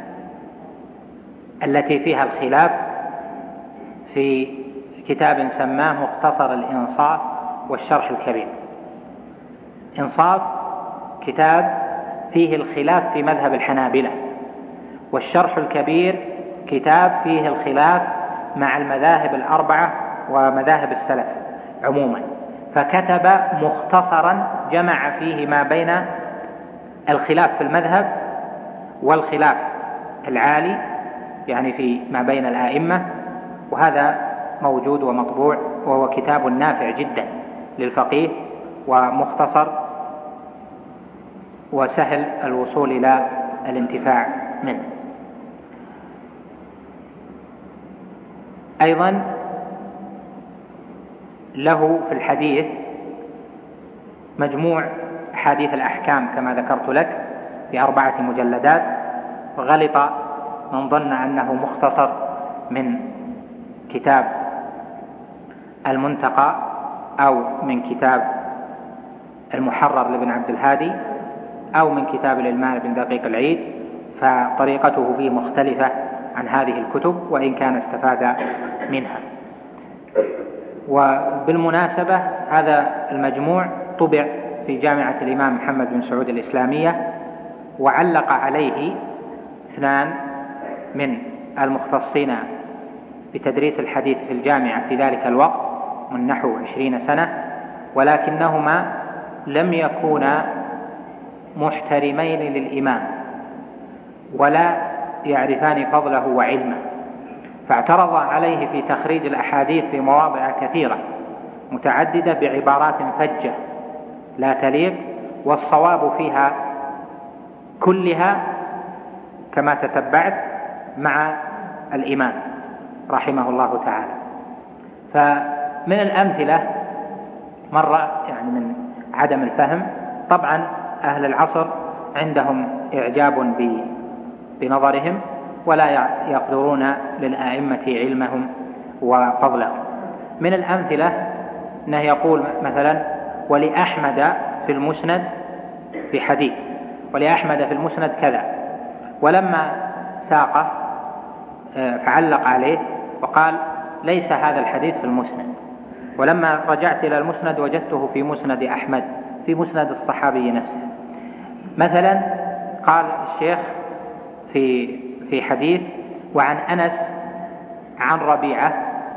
التي فيها الخلاف في كتاب سماه مختصر الإنصاف والشرح الكبير. إنصاف كتاب فيه الخلاف في مذهب الحنابلة، والشرح الكبير كتاب فيه الخلاف مع المذاهب الأربعة ومذاهب السلف عموما. فكتب مختصرا جمع فيه ما بين الخلاف في المذهب والخلاف العالي، يعني في ما بين الآئمة، وهذا موجود ومطبوع، وهو كتاب نافع جدا للفقيه ومختصر وسهل الوصول إلى الانتفاع منه. أيضا له في الحديث مجموع حديث الأحكام كما ذكرت لك في أربعة مجلدات، وغلط من ظن أنه مختصر من كتاب المنتقى أو من كتاب المحرر لابن عبد الهادي أو من كتاب الإلمام بن دقيق العيد، فطريقته فيه مختلفة عن هذه الكتب وإن كان استفاد منها. وبالمناسبة هذا المجموع طبع في جامعة الإمام محمد بن سعود الإسلامية، وعلق عليه اثنان من المختصين بتدريس الحديث في الجامعة في ذلك الوقت من نحو عشرين سنة، ولكنهما لم يكونا محترمين للإمام ولا يعرفان فضله وعلمه، فاعترض عليه في تخريج الأحاديث في مواضع كثيرة متعددة بعبارات فجة لا تليق، والصواب فيها كلها كما تتبعت مع الإمام رحمه الله تعالى. فمن الأمثلة مرة يعني من عدم الفهم، طبعا أهل العصر عندهم إعجاب بنظرهم ولا يقدرون للآئمة علمهم وفضلهم. من الأمثلة أنه يقول مثلا ولأحمد في المسند في حديث، ولأحمد في المسند كذا، ولما ساقه فعلق عليه وقال ليس هذا الحديث في المسند، ولما رجعت إلى المسند وجدته في مسند أحمد في مسند الصحابي نفسه. مثلا قال الشيخ في في حديث وعن أنس عن ربيعة،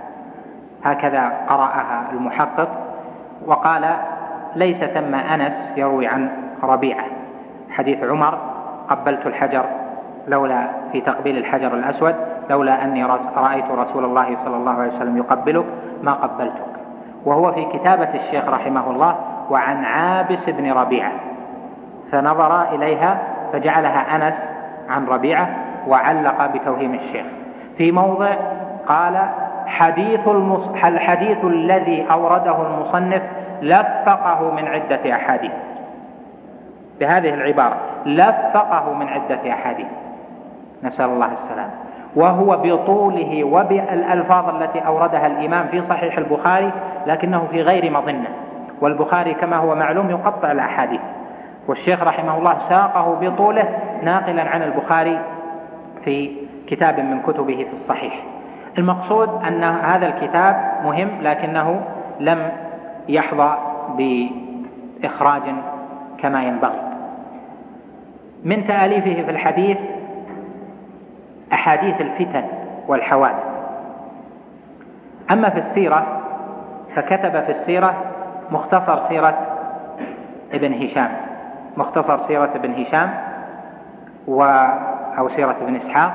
هكذا قرأها المحقق، وقال ليس ثم أنس يروي عن ربيعة. حديث عمر قبلت الحجر لولا في تقبيل الحجر الأسود لولا أني رأيت رسول الله صلى الله عليه وسلم يقبلك ما قبلتك، وهو في كتابة الشيخ رحمه الله وعن عابس بن ربيعة، فنظر إليها فجعلها أنس عن ربيعة وعلق بتوهيم الشيخ. في موضع قال حديث المص... الحديث الذي أورده المصنف لفقه من عدة أحاديث، بهذه العبارة لفقه من عدة أحاديث. نسأل الله السلام، وهو بطوله وبالألفاظ التي أوردها الإمام في صحيح البخاري، لكنه في غير مظنة، والبخاري كما هو معلوم يقطع الأحاديث، والشيخ رحمه الله ساقه بطوله ناقلا عن البخاري في كتاب من كتبه في الصحيح. المقصود أن هذا الكتاب مهم، لكنه لم يحظى بإخراج كما ينبغي. من تأليفه في الحديث أحاديث الفتن والحوادث. أما في السيرة فكتب في السيرة مختصر سيرة ابن هشام مختصر سيرة ابن هشام و أو سيرة ابن إسحاق،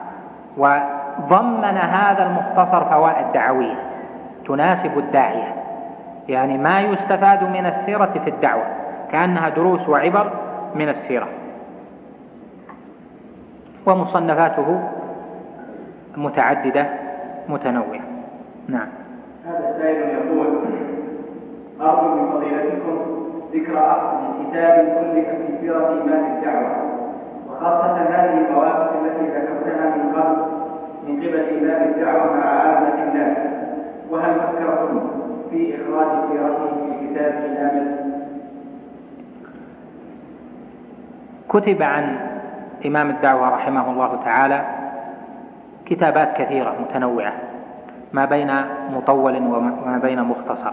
وضمن هذا المختصر فوائد دعوية تناسب الداعية، يعني ما يستفاد من السيرة في الدعوة كأنها دروس وعبر من السيرة. ومصنفاته متعددة متنوعة. نعم. هذا السائل يقول: أرجو من فضيلتكم ذكر أحد كتاب ألف في سيرة إمام الدعوة، وخاصة هذه المواقف التي ذكرتها من قبل من قبل إمام الدعوة مع عامة الناس، وهل فكرتم في إخراج سيرته في كتاب كامل؟ كتب عن إمام الدعوة رحمه الله تعالى كتابات كثيرة متنوعة، ما بين مطول وما بين مختصر،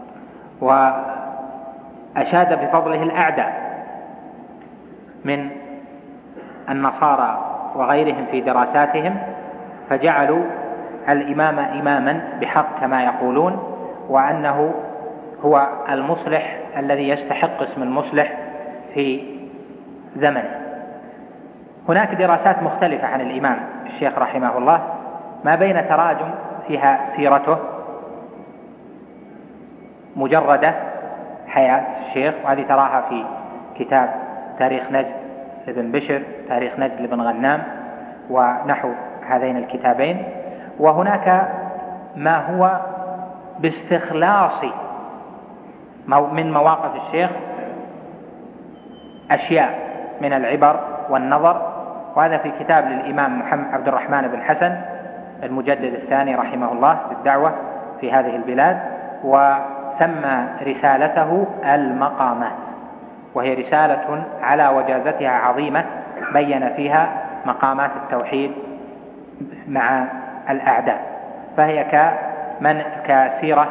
وأشاد بفضله الأعداء من النصارى وغيرهم في دراساتهم، فجعلوا الإمام إماما بحق كما يقولون، وأنه هو المصلح الذي يستحق اسم المصلح في زمنه. هناك دراسات مختلفة عن الإمام الشيخ رحمه الله، ما بين تراجم فيها سيرته مجردة حياة الشيخ، وهذه تراها في كتاب تاريخ نجد لابن بشر، تاريخ نجد لابن غنام، ونحو هذين الكتابين. وهناك ما هو باستخلاص من مواقف الشيخ أشياء من العبر والنظر، وهذا في كتاب للإمام محمد عبد الرحمن بن حسن المجدد الثاني رحمه الله بالدعوة في هذه البلاد، وسمى رسالته المقامات، وهي رسالة على وجازتها عظيمة، بين فيها مقامات التوحيد مع الأعداء، فهي كمن كسيرة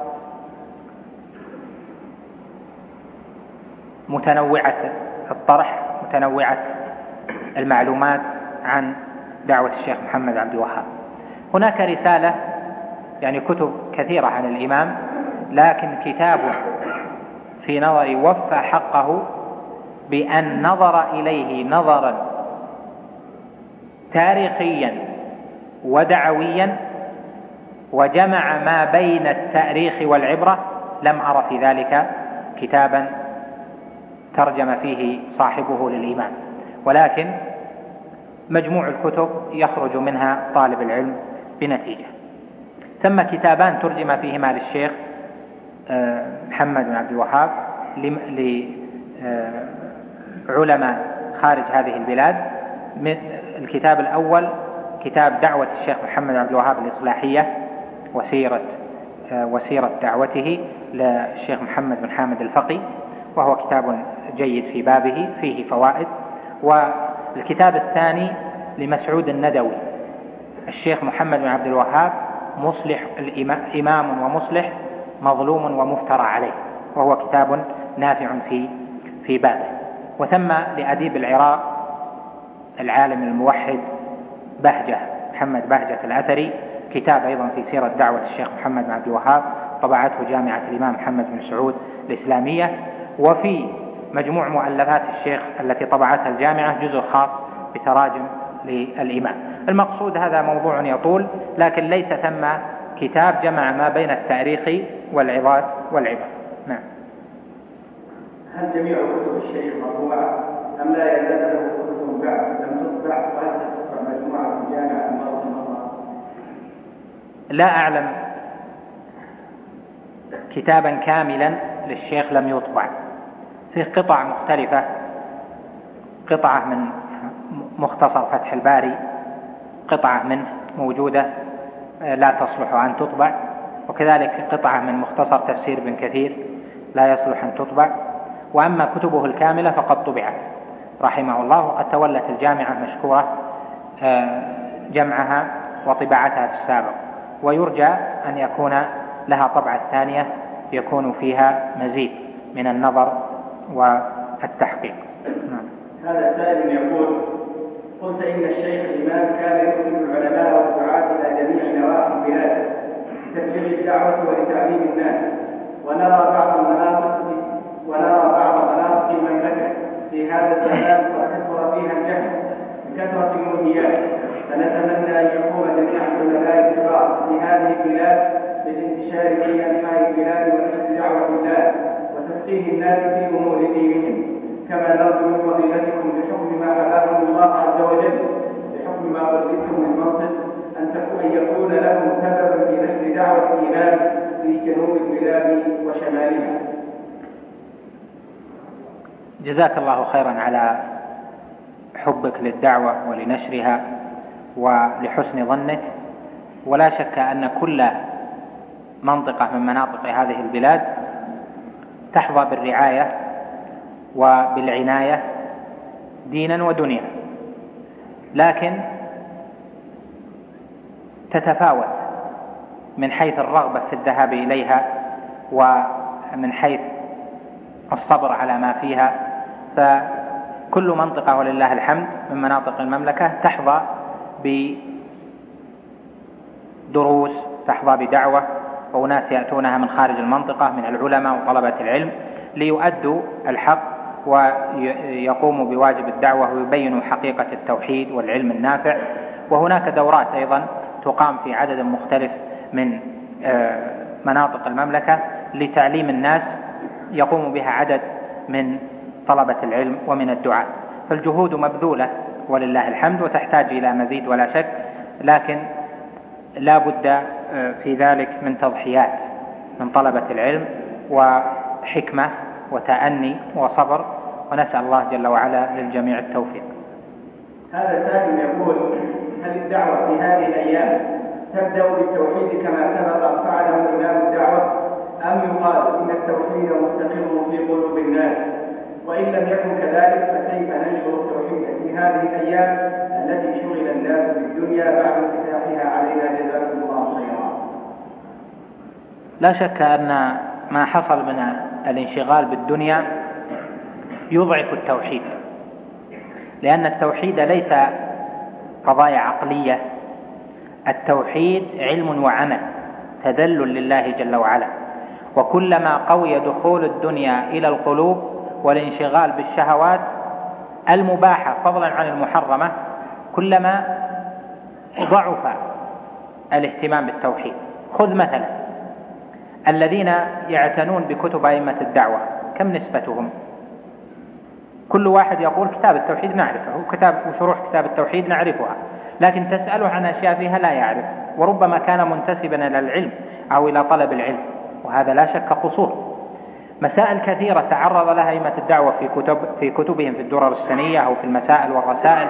متنوعة الطرح، متنوعة المعلومات عن دعوة الشيخ محمد عبد الوهاب. هناك رسالة، يعني كتب كثيرة عن الإمام، لكن كتاب في نظري وفى حقه بأن نظر إليه نظرا تاريخيا ودعويا وجمع ما بين التاريخ والعبرة، لم أرى في ذلك كتابا ترجم فيه صاحبه للإمام، ولكن مجموع الكتب يخرج منها طالب العلم بنتيجة. ثم كتابان ترجم فيهما للشيخ محمد بن عبد الوهاب لعلماء خارج هذه البلاد. الكتاب الأول كتاب دعوة الشيخ محمد عبد الوهاب الإصلاحية وسيرة وسيرة دعوته للشيخ محمد بن حامد الفقي، وهو كتاب جيد في بابه فيه فوائد. والكتاب الثاني لمسعود الندوي، الشيخ محمد بن عبد الوهاب مصلح إمام ومصلح مظلوم ومفترى عليه، وهو كتاب نافع في في بابه. وثم لأديب العراق العالم الموحد بهجة محمد بهجة الأثري كتاب أيضا في سيرة دعوة الشيخ محمد بن عبد الوهاب، طبعته جامعة الإمام محمد بن سعود الإسلامية. وفي مجموع مؤلفات الشيخ التي طبعتها الجامعة جزء خاص بتراجم للإمام. المقصود هذا موضوع يطول، لكن ليس ثم كتاب جمع ما بين التاريخ والعظات والعبر. نعم. هل جميع كتب الشيخ مطبوعة أم لا يزال له كتب بعد لم تطبع، وهل تطبع مجموعة في جامعة مرة مرة؟ لا أعلم كتابا كاملا للشيخ لم يطبع، فيه قطع مختلفة، قطعة من مختصر فتح الباري قطعة منه موجودة لا تصلح أن تطبع، وكذلك قطعة من مختصر تفسير ابن كثير لا يصلح أن تطبع. وأما كتبه الكاملة فقد طبعت رحمه الله، وقد تولت الجامعة مشكورة جمعها وطباعتها في السابق، ويرجى أن يكون لها طبعة ثانية يكون فيها مزيد من النظر والتحقيق. هذا سائل يقول: قلت إن الشيخ الإمام كان يرسل العلماء والدعاة إلى جميع نواحي البلاد لتبليغ الدعوة ولتعليم الناس، ونرى بعض المناطق ونرى بعض مناطق المملكة في هذا الزمان وكثر فيها الجهل بكثرة المنهيات، فنتمنى أن يقوم جميع العلماء الكبار في هذه البلاد بالانتشار في أنحاء البلاد ونشر دعوة الله وتفقيه الناس في أمور دينهم، كما نرجو من فضيلتكم بحكم ما حباكم الله عز وجل بحكم ما قلتم من منطق أن يكون لكم سببا في نشر دعوة الإيمان في جنوب البلاد وشمالها. جزاك الله خيرا على حبك للدعوة ولنشرها ولحسن ظنك. ولا شك أن كل منطقة من مناطق هذه البلاد تحظى بالرعاية وبالعناية دينا ودنيا، لكن تتفاوت من حيث الرغبة في الذهاب إليها ومن حيث الصبر على ما فيها. فكل منطقة ولله الحمد من مناطق المملكة تحظى بدروس، تحظى بدعوة، وناس يأتونها من خارج المنطقة من العلماء وطلبة العلم ليؤدوا الحق ويقوموا بواجب الدعوة ويبينوا حقيقة التوحيد والعلم النافع. وهناك دورات أيضا تقام في عدد مختلف من مناطق المملكة لتعليم الناس يقوم بها عدد من طلبة العلم ومن الدعاة. فالجهود مبذولة ولله الحمد وتحتاج إلى مزيد ولا شك، لكن لا بد في ذلك من تضحيات من طلبة العلم وحكمة وتأني وصبر، ونسأل الله جل وعلا للجميع التوفيق. هذا سائل يقول: هل الدعوة في هذه الأيام تبدأ بالتوحيد كما سبق فعله إمام الدعوة، أم يقال إن التوحيد مستقر في قلوب الناس؟ وإن لم يكن كذلك فكيف ننشر التوحيد في هذه الأيام التي شغل الناس بالدنيا بعد انفتاحها علينا؟ جزاكم الله خيرا. لا شك أن ما حصل من الانشغال بالدنيا يضعف التوحيد، لأن التوحيد ليس قضايا عقلية، التوحيد علم وعمل تذلل لله جل وعلا. وكلما قوي دخول الدنيا إلى القلوب والانشغال بالشهوات المباحة فضلا عن المحرمة كلما ضعف الاهتمام بالتوحيد. خذ مثلا الذين يعتنون بكتب أئمة الدعوة، كم نسبتهم؟ كل واحد يقول كتاب التوحيد نعرفه، وكتاب وشروح كتاب التوحيد نعرفها، لكن تسأله عن أشياء فيها لا يعرف، وربما كان منتسبا إلى العلم أو إلى طلب العلم، وهذا لا شك قصور. مسائل كثيرة تعرض لها أئمة الدعوة في كتب في كتبهم في الدرر السنية أو في المسائل والرسائل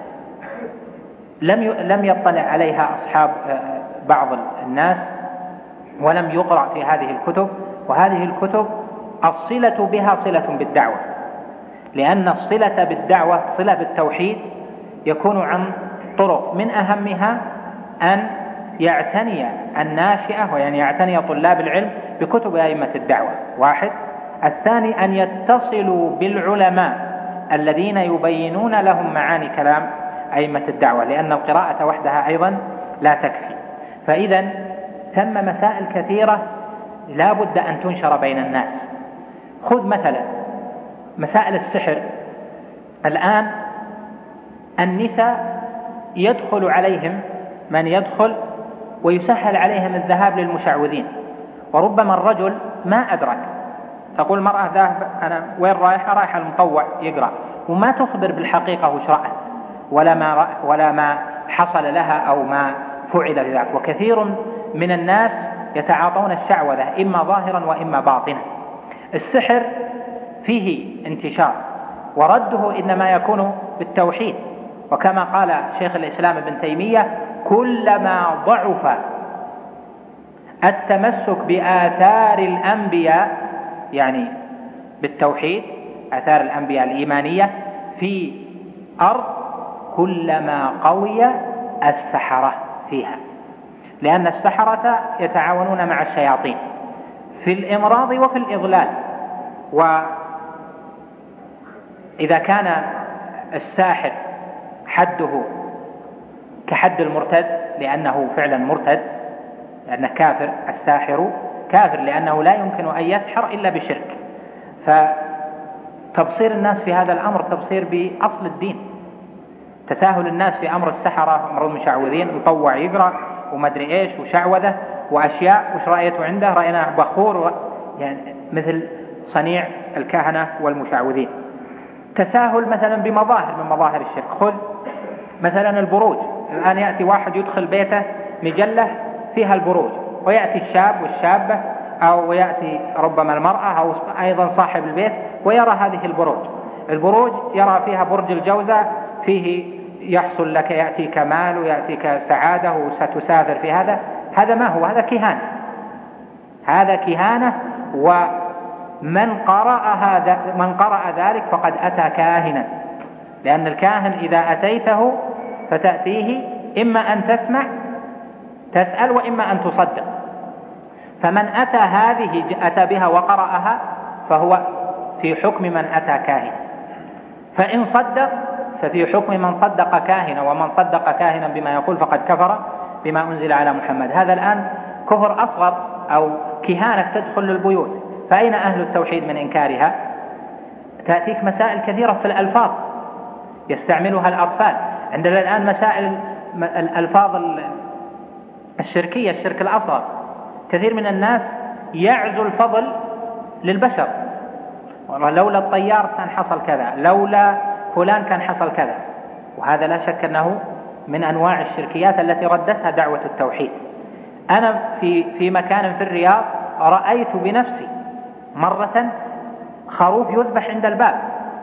لم لم يطلع عليها أصحاب بعض الناس ولم يقرأ في هذه الكتب. وهذه الكتب الصلة بها صلة بالدعوة، لأن الصلة بالدعوة صلة بالتوحيد يكون عن طرق، من أهمها أن يعتني الناشئة ويعني يعتني طلاب العلم بكتب أئمة الدعوة، واحد. الثاني أن يتصلوا بالعلماء الذين يبينون لهم معاني كلام أئمة الدعوة، لأن القراءة وحدها أيضا لا تكفي. فإذا ثم مسائل كثيرة لا بد أن تنشر بين الناس. خذ مثلا مسائل السحر. الآن النساء يدخل عليهم من يدخل ويسهل عليهم الذهاب للمشعوذين، وربما الرجل ما أدرك، تقول المرأة ذاهب أنا وين رايحة؟ رايحة المطوع يقرأ، وما تخبر بالحقيقة وش رأت ولا ما رأ ولا ما حصل لها أو ما فعل لذلك. وكثير من الناس يتعاطون الشعوذة إما ظاهرا وإما باطنا. السحر فيه انتشار، ورده إنما يكون بالتوحيد، وكما قال شيخ الإسلام ابن تيمية: كلما ضعف التمسك بآثار الأنبياء، يعني بالتوحيد، آثار الأنبياء الإيمانية في أرض، كلما قوي السحرة فيها، لأن السحرة يتعاونون مع الشياطين في الإمراض وفي الإضلال. وإذا كان الساحر حده كحد المرتد لأنه فعلا مرتد، لأنه كافر، الساحر كافر لأنه لا يمكن أن يسحر إلا بشرك، فتبصير الناس في هذا الأمر تبصير بأصل الدين. تساهل الناس في أمر السحرة، أمر المشعوذين، يطوع يقرأ ومدري إيش وشعوذة وأشياء، وش رأيته عنده؟ رأينا بخور، يعني مثل صنيع الكهنة والمشعوذين. تساهل مثلا بمظاهر من مظاهر الشرك، خذ مثلا البروج. الآن يأتي واحد يدخل بيته مجلة فيها البروج، ويأتي الشاب والشابة، أو يأتي ربما المرأة أو أيضا صاحب البيت ويرى هذه البروج. البروج يرى فيها برج الجوزة، فيه يحصل لك، يأتيك مال ويأتيك سعادة وستسافر في هذا. هذا ما هو؟ هذا كهانة، هذا كهانة. ومن قرأ هذا من قرأ ذلك فقد أتى كاهنا، لأن الكاهن إذا أتيته فتأتيه إما أن تسمع تسأل وإما أن تصدق. فمن أتى هذه أتى بها وقرأها فهو في حكم من أتى كاهنا، فإن صدق ففي حكم من صدق كاهنا، ومن صدق كاهنا بما يقول فقد كفر بما أنزل على محمد. هذا الآن كفر أصغر أو كهانة تدخل للبيوت، فأين أهل التوحيد من إنكارها؟ تأتيك مسائل كثيرة في الألفاظ يستعملها الأطفال. عندنا الآن مسائل الألفاظ الشركية، الشرك الأصغر. كثير من الناس يعزو الفضل للبشر، لولا الطيار كان حصل كذا، لولا فلان كان حصل كذا. وهذا لا شك أنه من أنواع الشركيات التي ردتها دعوة التوحيد. أنا في في مكان في الرياض رأيت بنفسي مرة خروف يذبح عند الباب،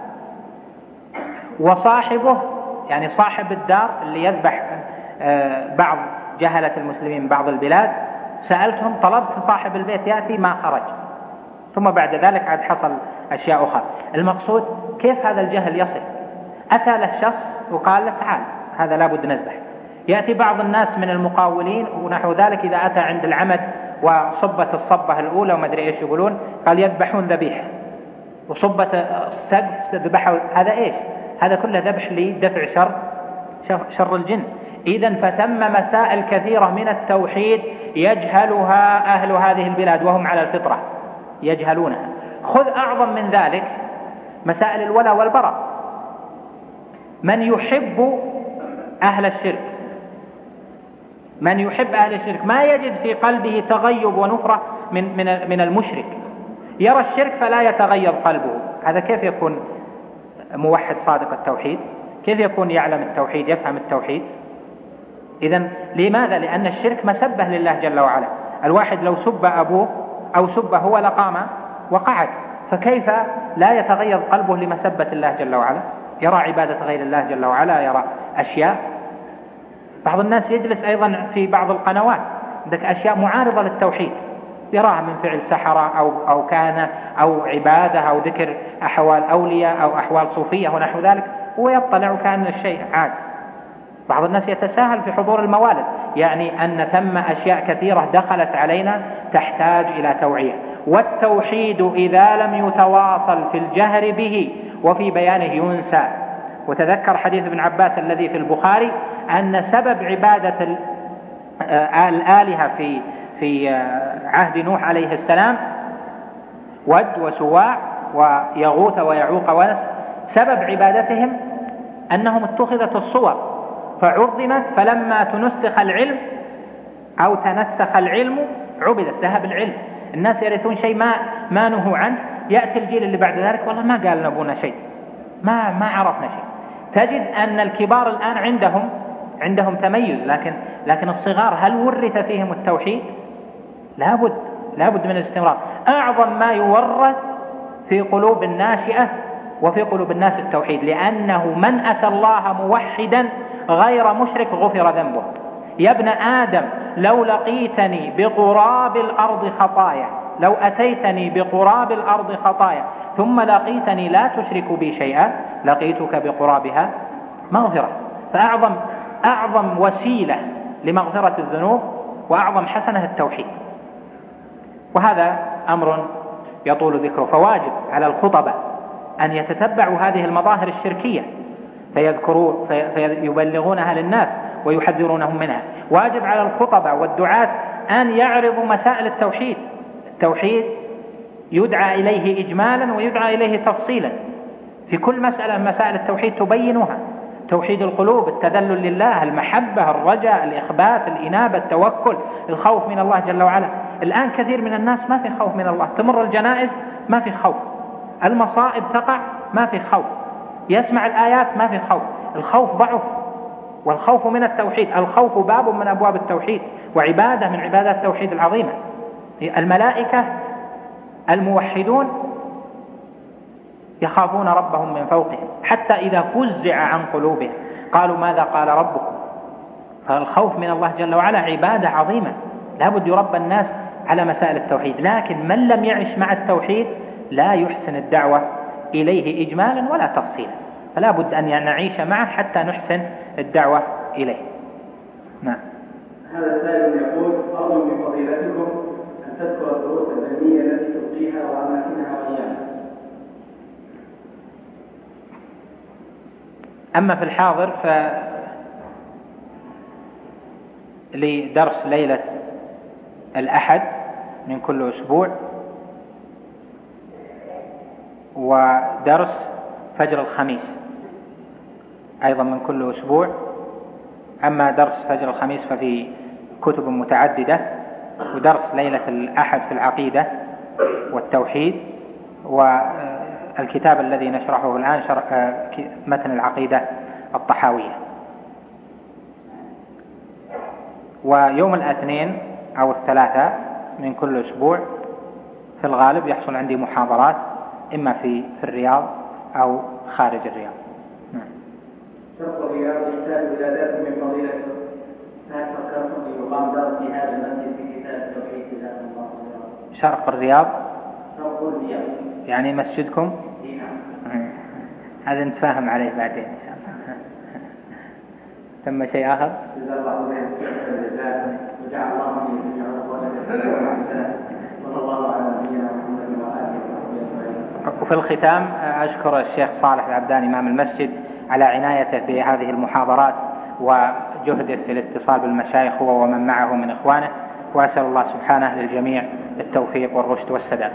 وصاحبه يعني صاحب الدار اللي يذبح بعض جهلة المسلمين بعض البلاد، سألتهم، طلبت صاحب البيت يأتي، ما خرج. ثم بعد ذلك عاد حصل أشياء أخرى. المقصود كيف هذا الجهل يصل؟ أتى له شخص وقال له تعال هذا لابد نذبح. يأتي بعض الناس من المقاولين ونحو ذلك، إذا أتى عند العمد وصبت الصبة الأولى وما أدري إيش يقولون، قال يذبحون ذبيحة، وصبت السقف ذبحوا. هذا إيش؟ هذا كله ذبح لدفع شر شر الجن. إذن فثم مسائل كثيرة من التوحيد يجهلها أهل هذه البلاد وهم على الفطرة، يجهلونها. خذ أعظم من ذلك مسائل الولاء والبراء. من يحب أهل الشرك، من يحب أهل الشرك ما يجد في قلبه تغيب ونفرة من من من المشرك. يرى الشرك فلا يتغيب قلبه. هذا كيف يكون موحد صادق التوحيد؟ كيف يكون يعلم التوحيد، يفهم التوحيد؟ إذن لماذا؟ لأن الشرك مسبة لله جل وعلا. الواحد لو سب أبوه أو سب هو لقام وقعد، فكيف لا يتغير قلبه لمسبة الله جل وعلا؟ يرى عبادة غير الله جل وعلا، يرى أشياء. بعض الناس يجلس أيضا في بعض القنوات عندك أشياء معارضة للتوحيد، يراها من فعل سحرة أو أو كان أو عبادة أو ذكر أحوال أولياء أو أحوال صوفية ونحو ذلك، ويطلع كأن الشيء عاد. بعض الناس يتساهل في حضور الموالد، يعني أن ثم أشياء كثيرة دخلت علينا تحتاج إلى توعية. والتوحيد إذا لم يتواصل في الجهر به وفي بيانه ينسى. وتذكر حديث ابن عباس الذي في البخاري أن سبب عبادة الآلهة في في عهد نوح عليه السلام، ود وسواع ويغوث ويعوق ونسر، سبب عبادتهم أنهم اتخذت الصور فعظمت، فلما تنسخ العلم أو تنسخ العلم عبدت، ذهب العلم. الناس يرثون شيء ما ما نهوا عنه، يأتي الجيل اللي بعد ذلك والله ما قال نبونا شيء، ما ما عرفنا شيء. تجد أن الكبار الآن عندهم عندهم تميز، لكن لكن الصغار هل ورث فيهم التوحيد؟ لابد لابد من الاستمرار. أعظم ما يورث في قلوب الناشئة وفي قلوب الناس التوحيد، لأنه من أتى الله موحدا غير مشرك غفر ذنبه. يا ابن آدم لو لقيتني بقراب الأرض خطايا، لو أتيتني بقراب الأرض خطايا ثم لقيتني لا تشرك بي شيئا لقيتك بقرابها مغفرة. فأعظم أعظم وسيلة لمغفرة الذنوب وأعظم حسنة التوحيد، وهذا أمر يطول ذكره. فواجب على الخطبة أن يتتبعوا هذه المظاهر الشركية فيذكرون فيبلغونها للناس ويحذرونهم منها. واجب على الخطبة والدعاة أن يعرضوا مسائل التوحيد. التوحيد يدعى إليه إجمالا ويدعى إليه تفصيلا، في كل مسألة من مسائل التوحيد تبينها: توحيد القلوب، التذلل لله، المحبة، الرجاء، الإخبات، الإنابة، التوكل، الخوف من الله جل وعلا. الآن كثير من الناس ما في خوف من الله، تمر الجنائز ما في خوف، المصائب تقع ما في خوف، يسمع الآيات ما في خوف. الخوف ضعف، والخوف من التوحيد. الخوف باب من أبواب التوحيد وعبادة من عبادات التوحيد العظيمة. الملائكة الموحدون يخافون ربهم من فوقهم حتى إذا فزع عن قلوبهم قالوا ماذا قال ربكم. فالخوف من الله جل وعلا عبادة عظيمة، لا بد يربى الناس على مسائل التوحيد. لكن من لم يعش مع التوحيد لا يحسن الدعوة إليه إجمالا ولا تفصيلا، فلا بد أن نعيش معه حتى نحسن الدعوة إليه. نعم. هذا السائل يقول: أرجو من فضيلتكم أن تذكر الدروس العلمية التي تلقيها وأماكنها وأيامها. أما في الحاضر فلدرس ليلة الأحد من كل أسبوع، ودرس فجر الخميس أيضا من كل أسبوع. أما درس فجر الخميس ففي كتب متعددة، ودرس ليلة الأحد في العقيدة والتوحيد، والكتاب الذي نشرحه الآن شرح متن العقيدة الطحاوية. ويوم الاثنين أو الثلاثاء من كل أسبوع في الغالب يحصل عندي محاضرات إما في في الرياض أو خارج الرياض. نعم. شرق الرياض يحتاج إلى درس من فضيلته، هل فكرتم في يقام درس في هذا المسجد في كتاب التوحيد جزاكم الله خيرا؟ شرق الرياض شرق الرياض يعني مسجدكم؟ نعم. هذا نتفاهم عليه بعدين إن شاء الله. ثم شيء آخر؟ جزا الله خيرا وجعل الله من يجعل صلى الله على نبينا محمد وآله وصحبه. وفي الختام أشكر الشيخ صالح العبداني إمام المسجد على عنايته بهذه المحاضرات وجهده في الاتصال بالمشايخ هو ومن معه من إخوانه، وأسأل الله سبحانه للجميع التوفيق والرشد والسداد.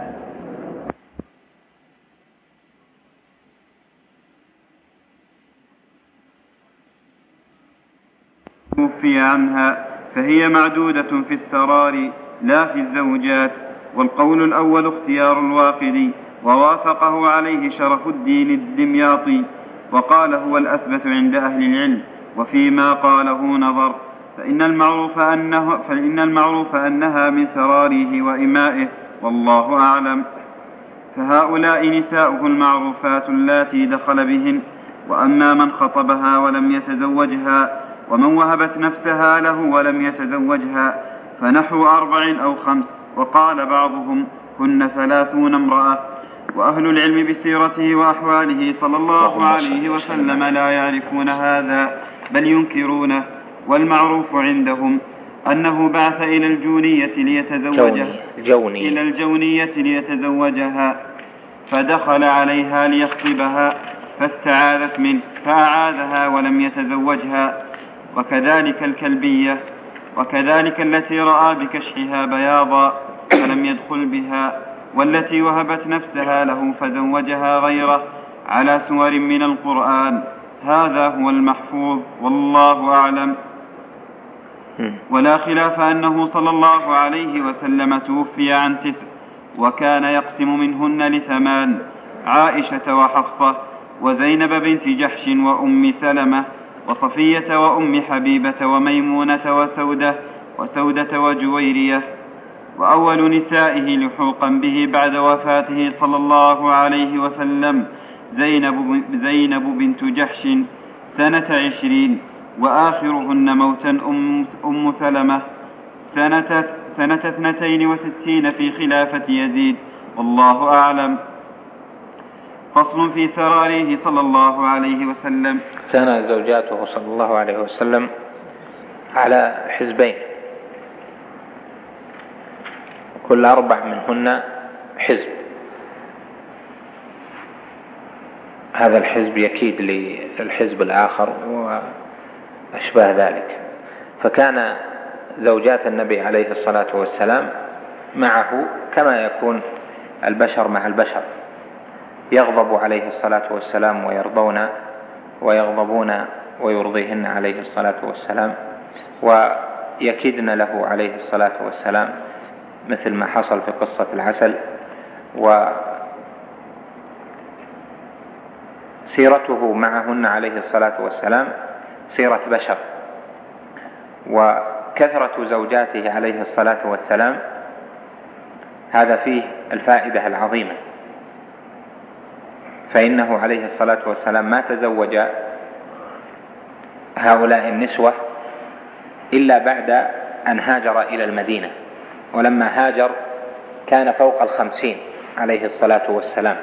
توفي عنها فهي معدودة في السرار لا في الزوجات. والقول الأول اختيار الواقدي، ووافقه عليه شرف الدين الدمياطي، وقال هو الأثبت عند أهل العلم، وفيما قاله نظر، فإن المعروف أنه فإن المعروف أنها من سراره وإمائه، والله أعلم. فهؤلاء نساؤه المعروفات اللاتي دخل بهن. وأما من خطبها ولم يتزوجها ومن وهبت نفسها له ولم يتزوجها فنحو أربع أو خمس، وقال بعضهم كن ثلاثون امرأة. وأهل العلم بسيرته وأحواله صلى الله عليه وسلم لا يعرفون هذا بل ينكرونه. والمعروف عندهم أنه بعث إلى الجونية ليتزوجها الجوني. إلى الجونية ليتزوجها، فدخل عليها ليخطبها فاستعاذت منه فأعاذها ولم يتزوجها. وكذلك الكلبية، وكذلك التي رأى بكشحها بياضا فلم يدخل بها، والتي وهبت نفسها له فزوجها غيره على سور من القرآن. هذا هو المحفوظ والله أعلم. ولا خلاف أنه صلى الله عليه وسلم توفي عن تسع، وكان يقسم منهن لثمان: عائشة وحفصة وزينب بنت جحش وأم سلمة وصفية وأم حبيبة وميمونة وسودة وسودة وجويرية. وأول نسائه لحوقا به بعد وفاته صلى الله عليه وسلم زينب, زينب بنت جحش سنة عشرين، وآخرهن موتا أم, أم سلمة سنة, سنة اثنتين وستين في خلافة يزيد، والله أعلم. فصل في سراريه صلى الله عليه وسلم. كان زوجاته صلى الله عليه وسلم على حزبين، كل أربع منهن حزب، هذا الحزب يكيد للحزب الآخر وأشباه ذلك. فكان زوجات النبي عليه الصلاة والسلام معه كما يكون البشر مع البشر، يغضب عليه الصلاة والسلام ويرضون ويغضبون ويرضيهن عليه الصلاة والسلام، ويكيدن له عليه الصلاة والسلام مثل ما حصل في قصة العسل. وسيرته معهن عليه الصلاة والسلام سيرة بشر، وكثرة زوجاته عليه الصلاة والسلام هذا فيه الفائدة العظيمة، فإنه عليه الصلاة والسلام ما تزوج هؤلاء النسوة إلا بعد أن هاجر إلى المدينة، ولما هاجر كان فوق الخمسين عليه الصلاة والسلام،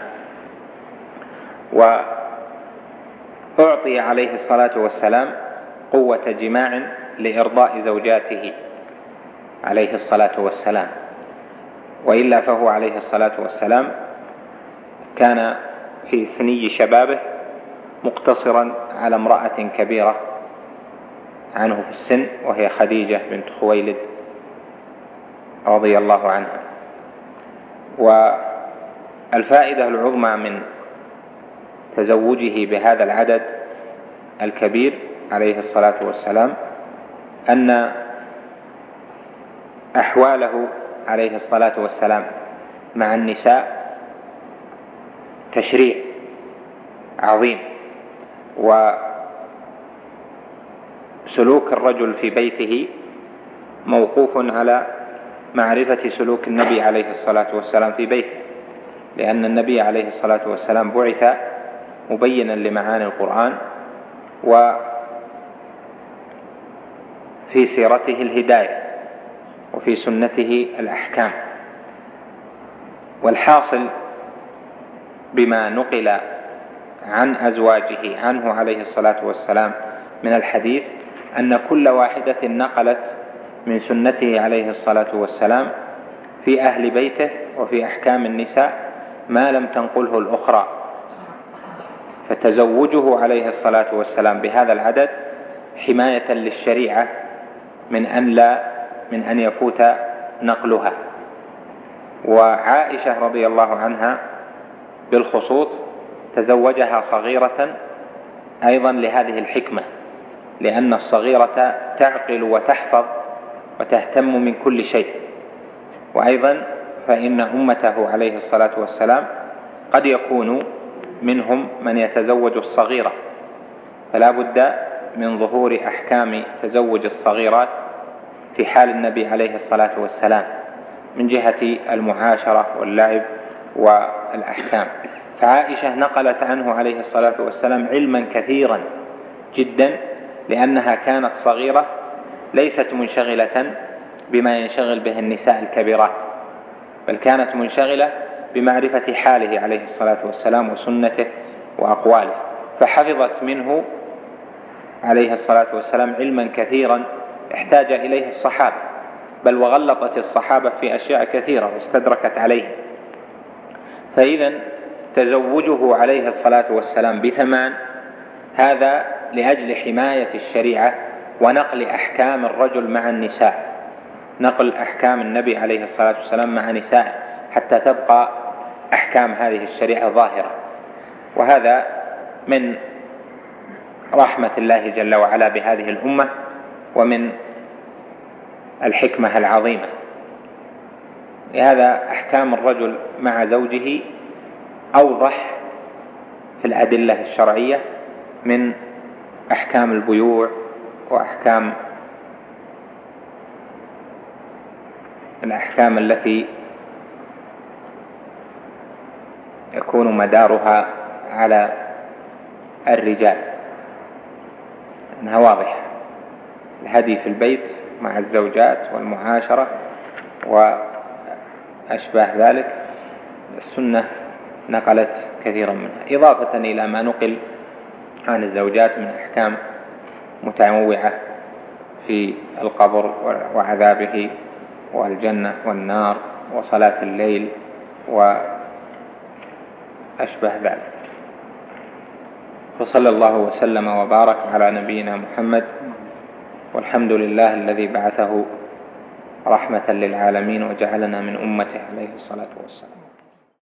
وأعطي عليه الصلاة والسلام قوة جماع لإرضاء زوجاته عليه الصلاة والسلام، وإلا فهو عليه الصلاة والسلام كان في سني شبابه مقتصرا على امرأة كبيرة عنه في السن، وهي خديجة بنت خويلد رضي الله عنها. والفائدة العظمى من تزوجه بهذا العدد الكبير عليه الصلاة والسلام أن أحواله عليه الصلاة والسلام مع النساء تشريع عظيم، وسلوك الرجل في بيته موقوف على معرفة سلوك النبي عليه الصلاة والسلام في بيته، لأن النبي عليه الصلاة والسلام بعث مبينا لمعاني القرآن، وفي سيرته الهداية، وفي سنته الأحكام. والحاصل بما نقل عن أزواجه عنه عليه الصلاة والسلام من الحديث أن كل واحدة نقلت من سنته عليه الصلاة والسلام في أهل بيته وفي أحكام النساء ما لم تنقله الأخرى، فتزوجه عليه الصلاة والسلام بهذا العدد حماية للشريعة من أن لا من أن يفوت نقلها. وعائشة رضي الله عنها بالخصوص تزوجها صغيرة أيضا لهذه الحكمة، لأن الصغيرة تعقل وتحفظ وتهتم من كل شيء، وأيضا فإن أمته عليه الصلاة والسلام قد يكون منهم من يتزوج الصغيرة، فلا بد من ظهور أحكام تزوج الصغيرات في حال النبي عليه الصلاة والسلام من جهة المعاشرة واللعب والأحكام. فعائشة نقلت عنه عليه الصلاة والسلام علما كثيرا جدا، لأنها كانت صغيرة ليست منشغلة بما ينشغل به النساء الكبيرات، بل كانت منشغلة بمعرفة حاله عليه الصلاة والسلام وسنته وأقواله، فحفظت منه عليه الصلاة والسلام علما كثيرا احتاج إليه الصحابة، بل وغلطت الصحابة في أشياء كثيرة واستدركت عليه. فإذا تزوجه عليه الصلاة والسلام بثمان هذا لأجل حماية الشريعة ونقل أحكام الرجل مع النساء، نقل أحكام النبي عليه الصلاة والسلام مع نساء حتى تبقى أحكام هذه الشريعة ظاهرة. وهذا من رحمة الله جل وعلا بهذه الأمة ومن الحكمة العظيمة. لهذا أحكام الرجل مع زوجه أوضح في الأدلة الشرعية من أحكام البيوع وأحكام الأحكام التي يكون مدارها على الرجال، أنها واضحة. الهدي في البيت مع الزوجات والمعاشرة وأشباه ذلك السنة نقلت كثيرا منها، إضافة إلى ما نقل عن الزوجات من أحكام متنوعة في القبر وعذابه والجنة والنار وصلاة الليل وأشباه ذلك. وصلى الله وسلم وبارك على نبينا محمد، والحمد لله الذي بعثه رحمة للعالمين وجعلنا من أمته عليه الصلاة والسلام.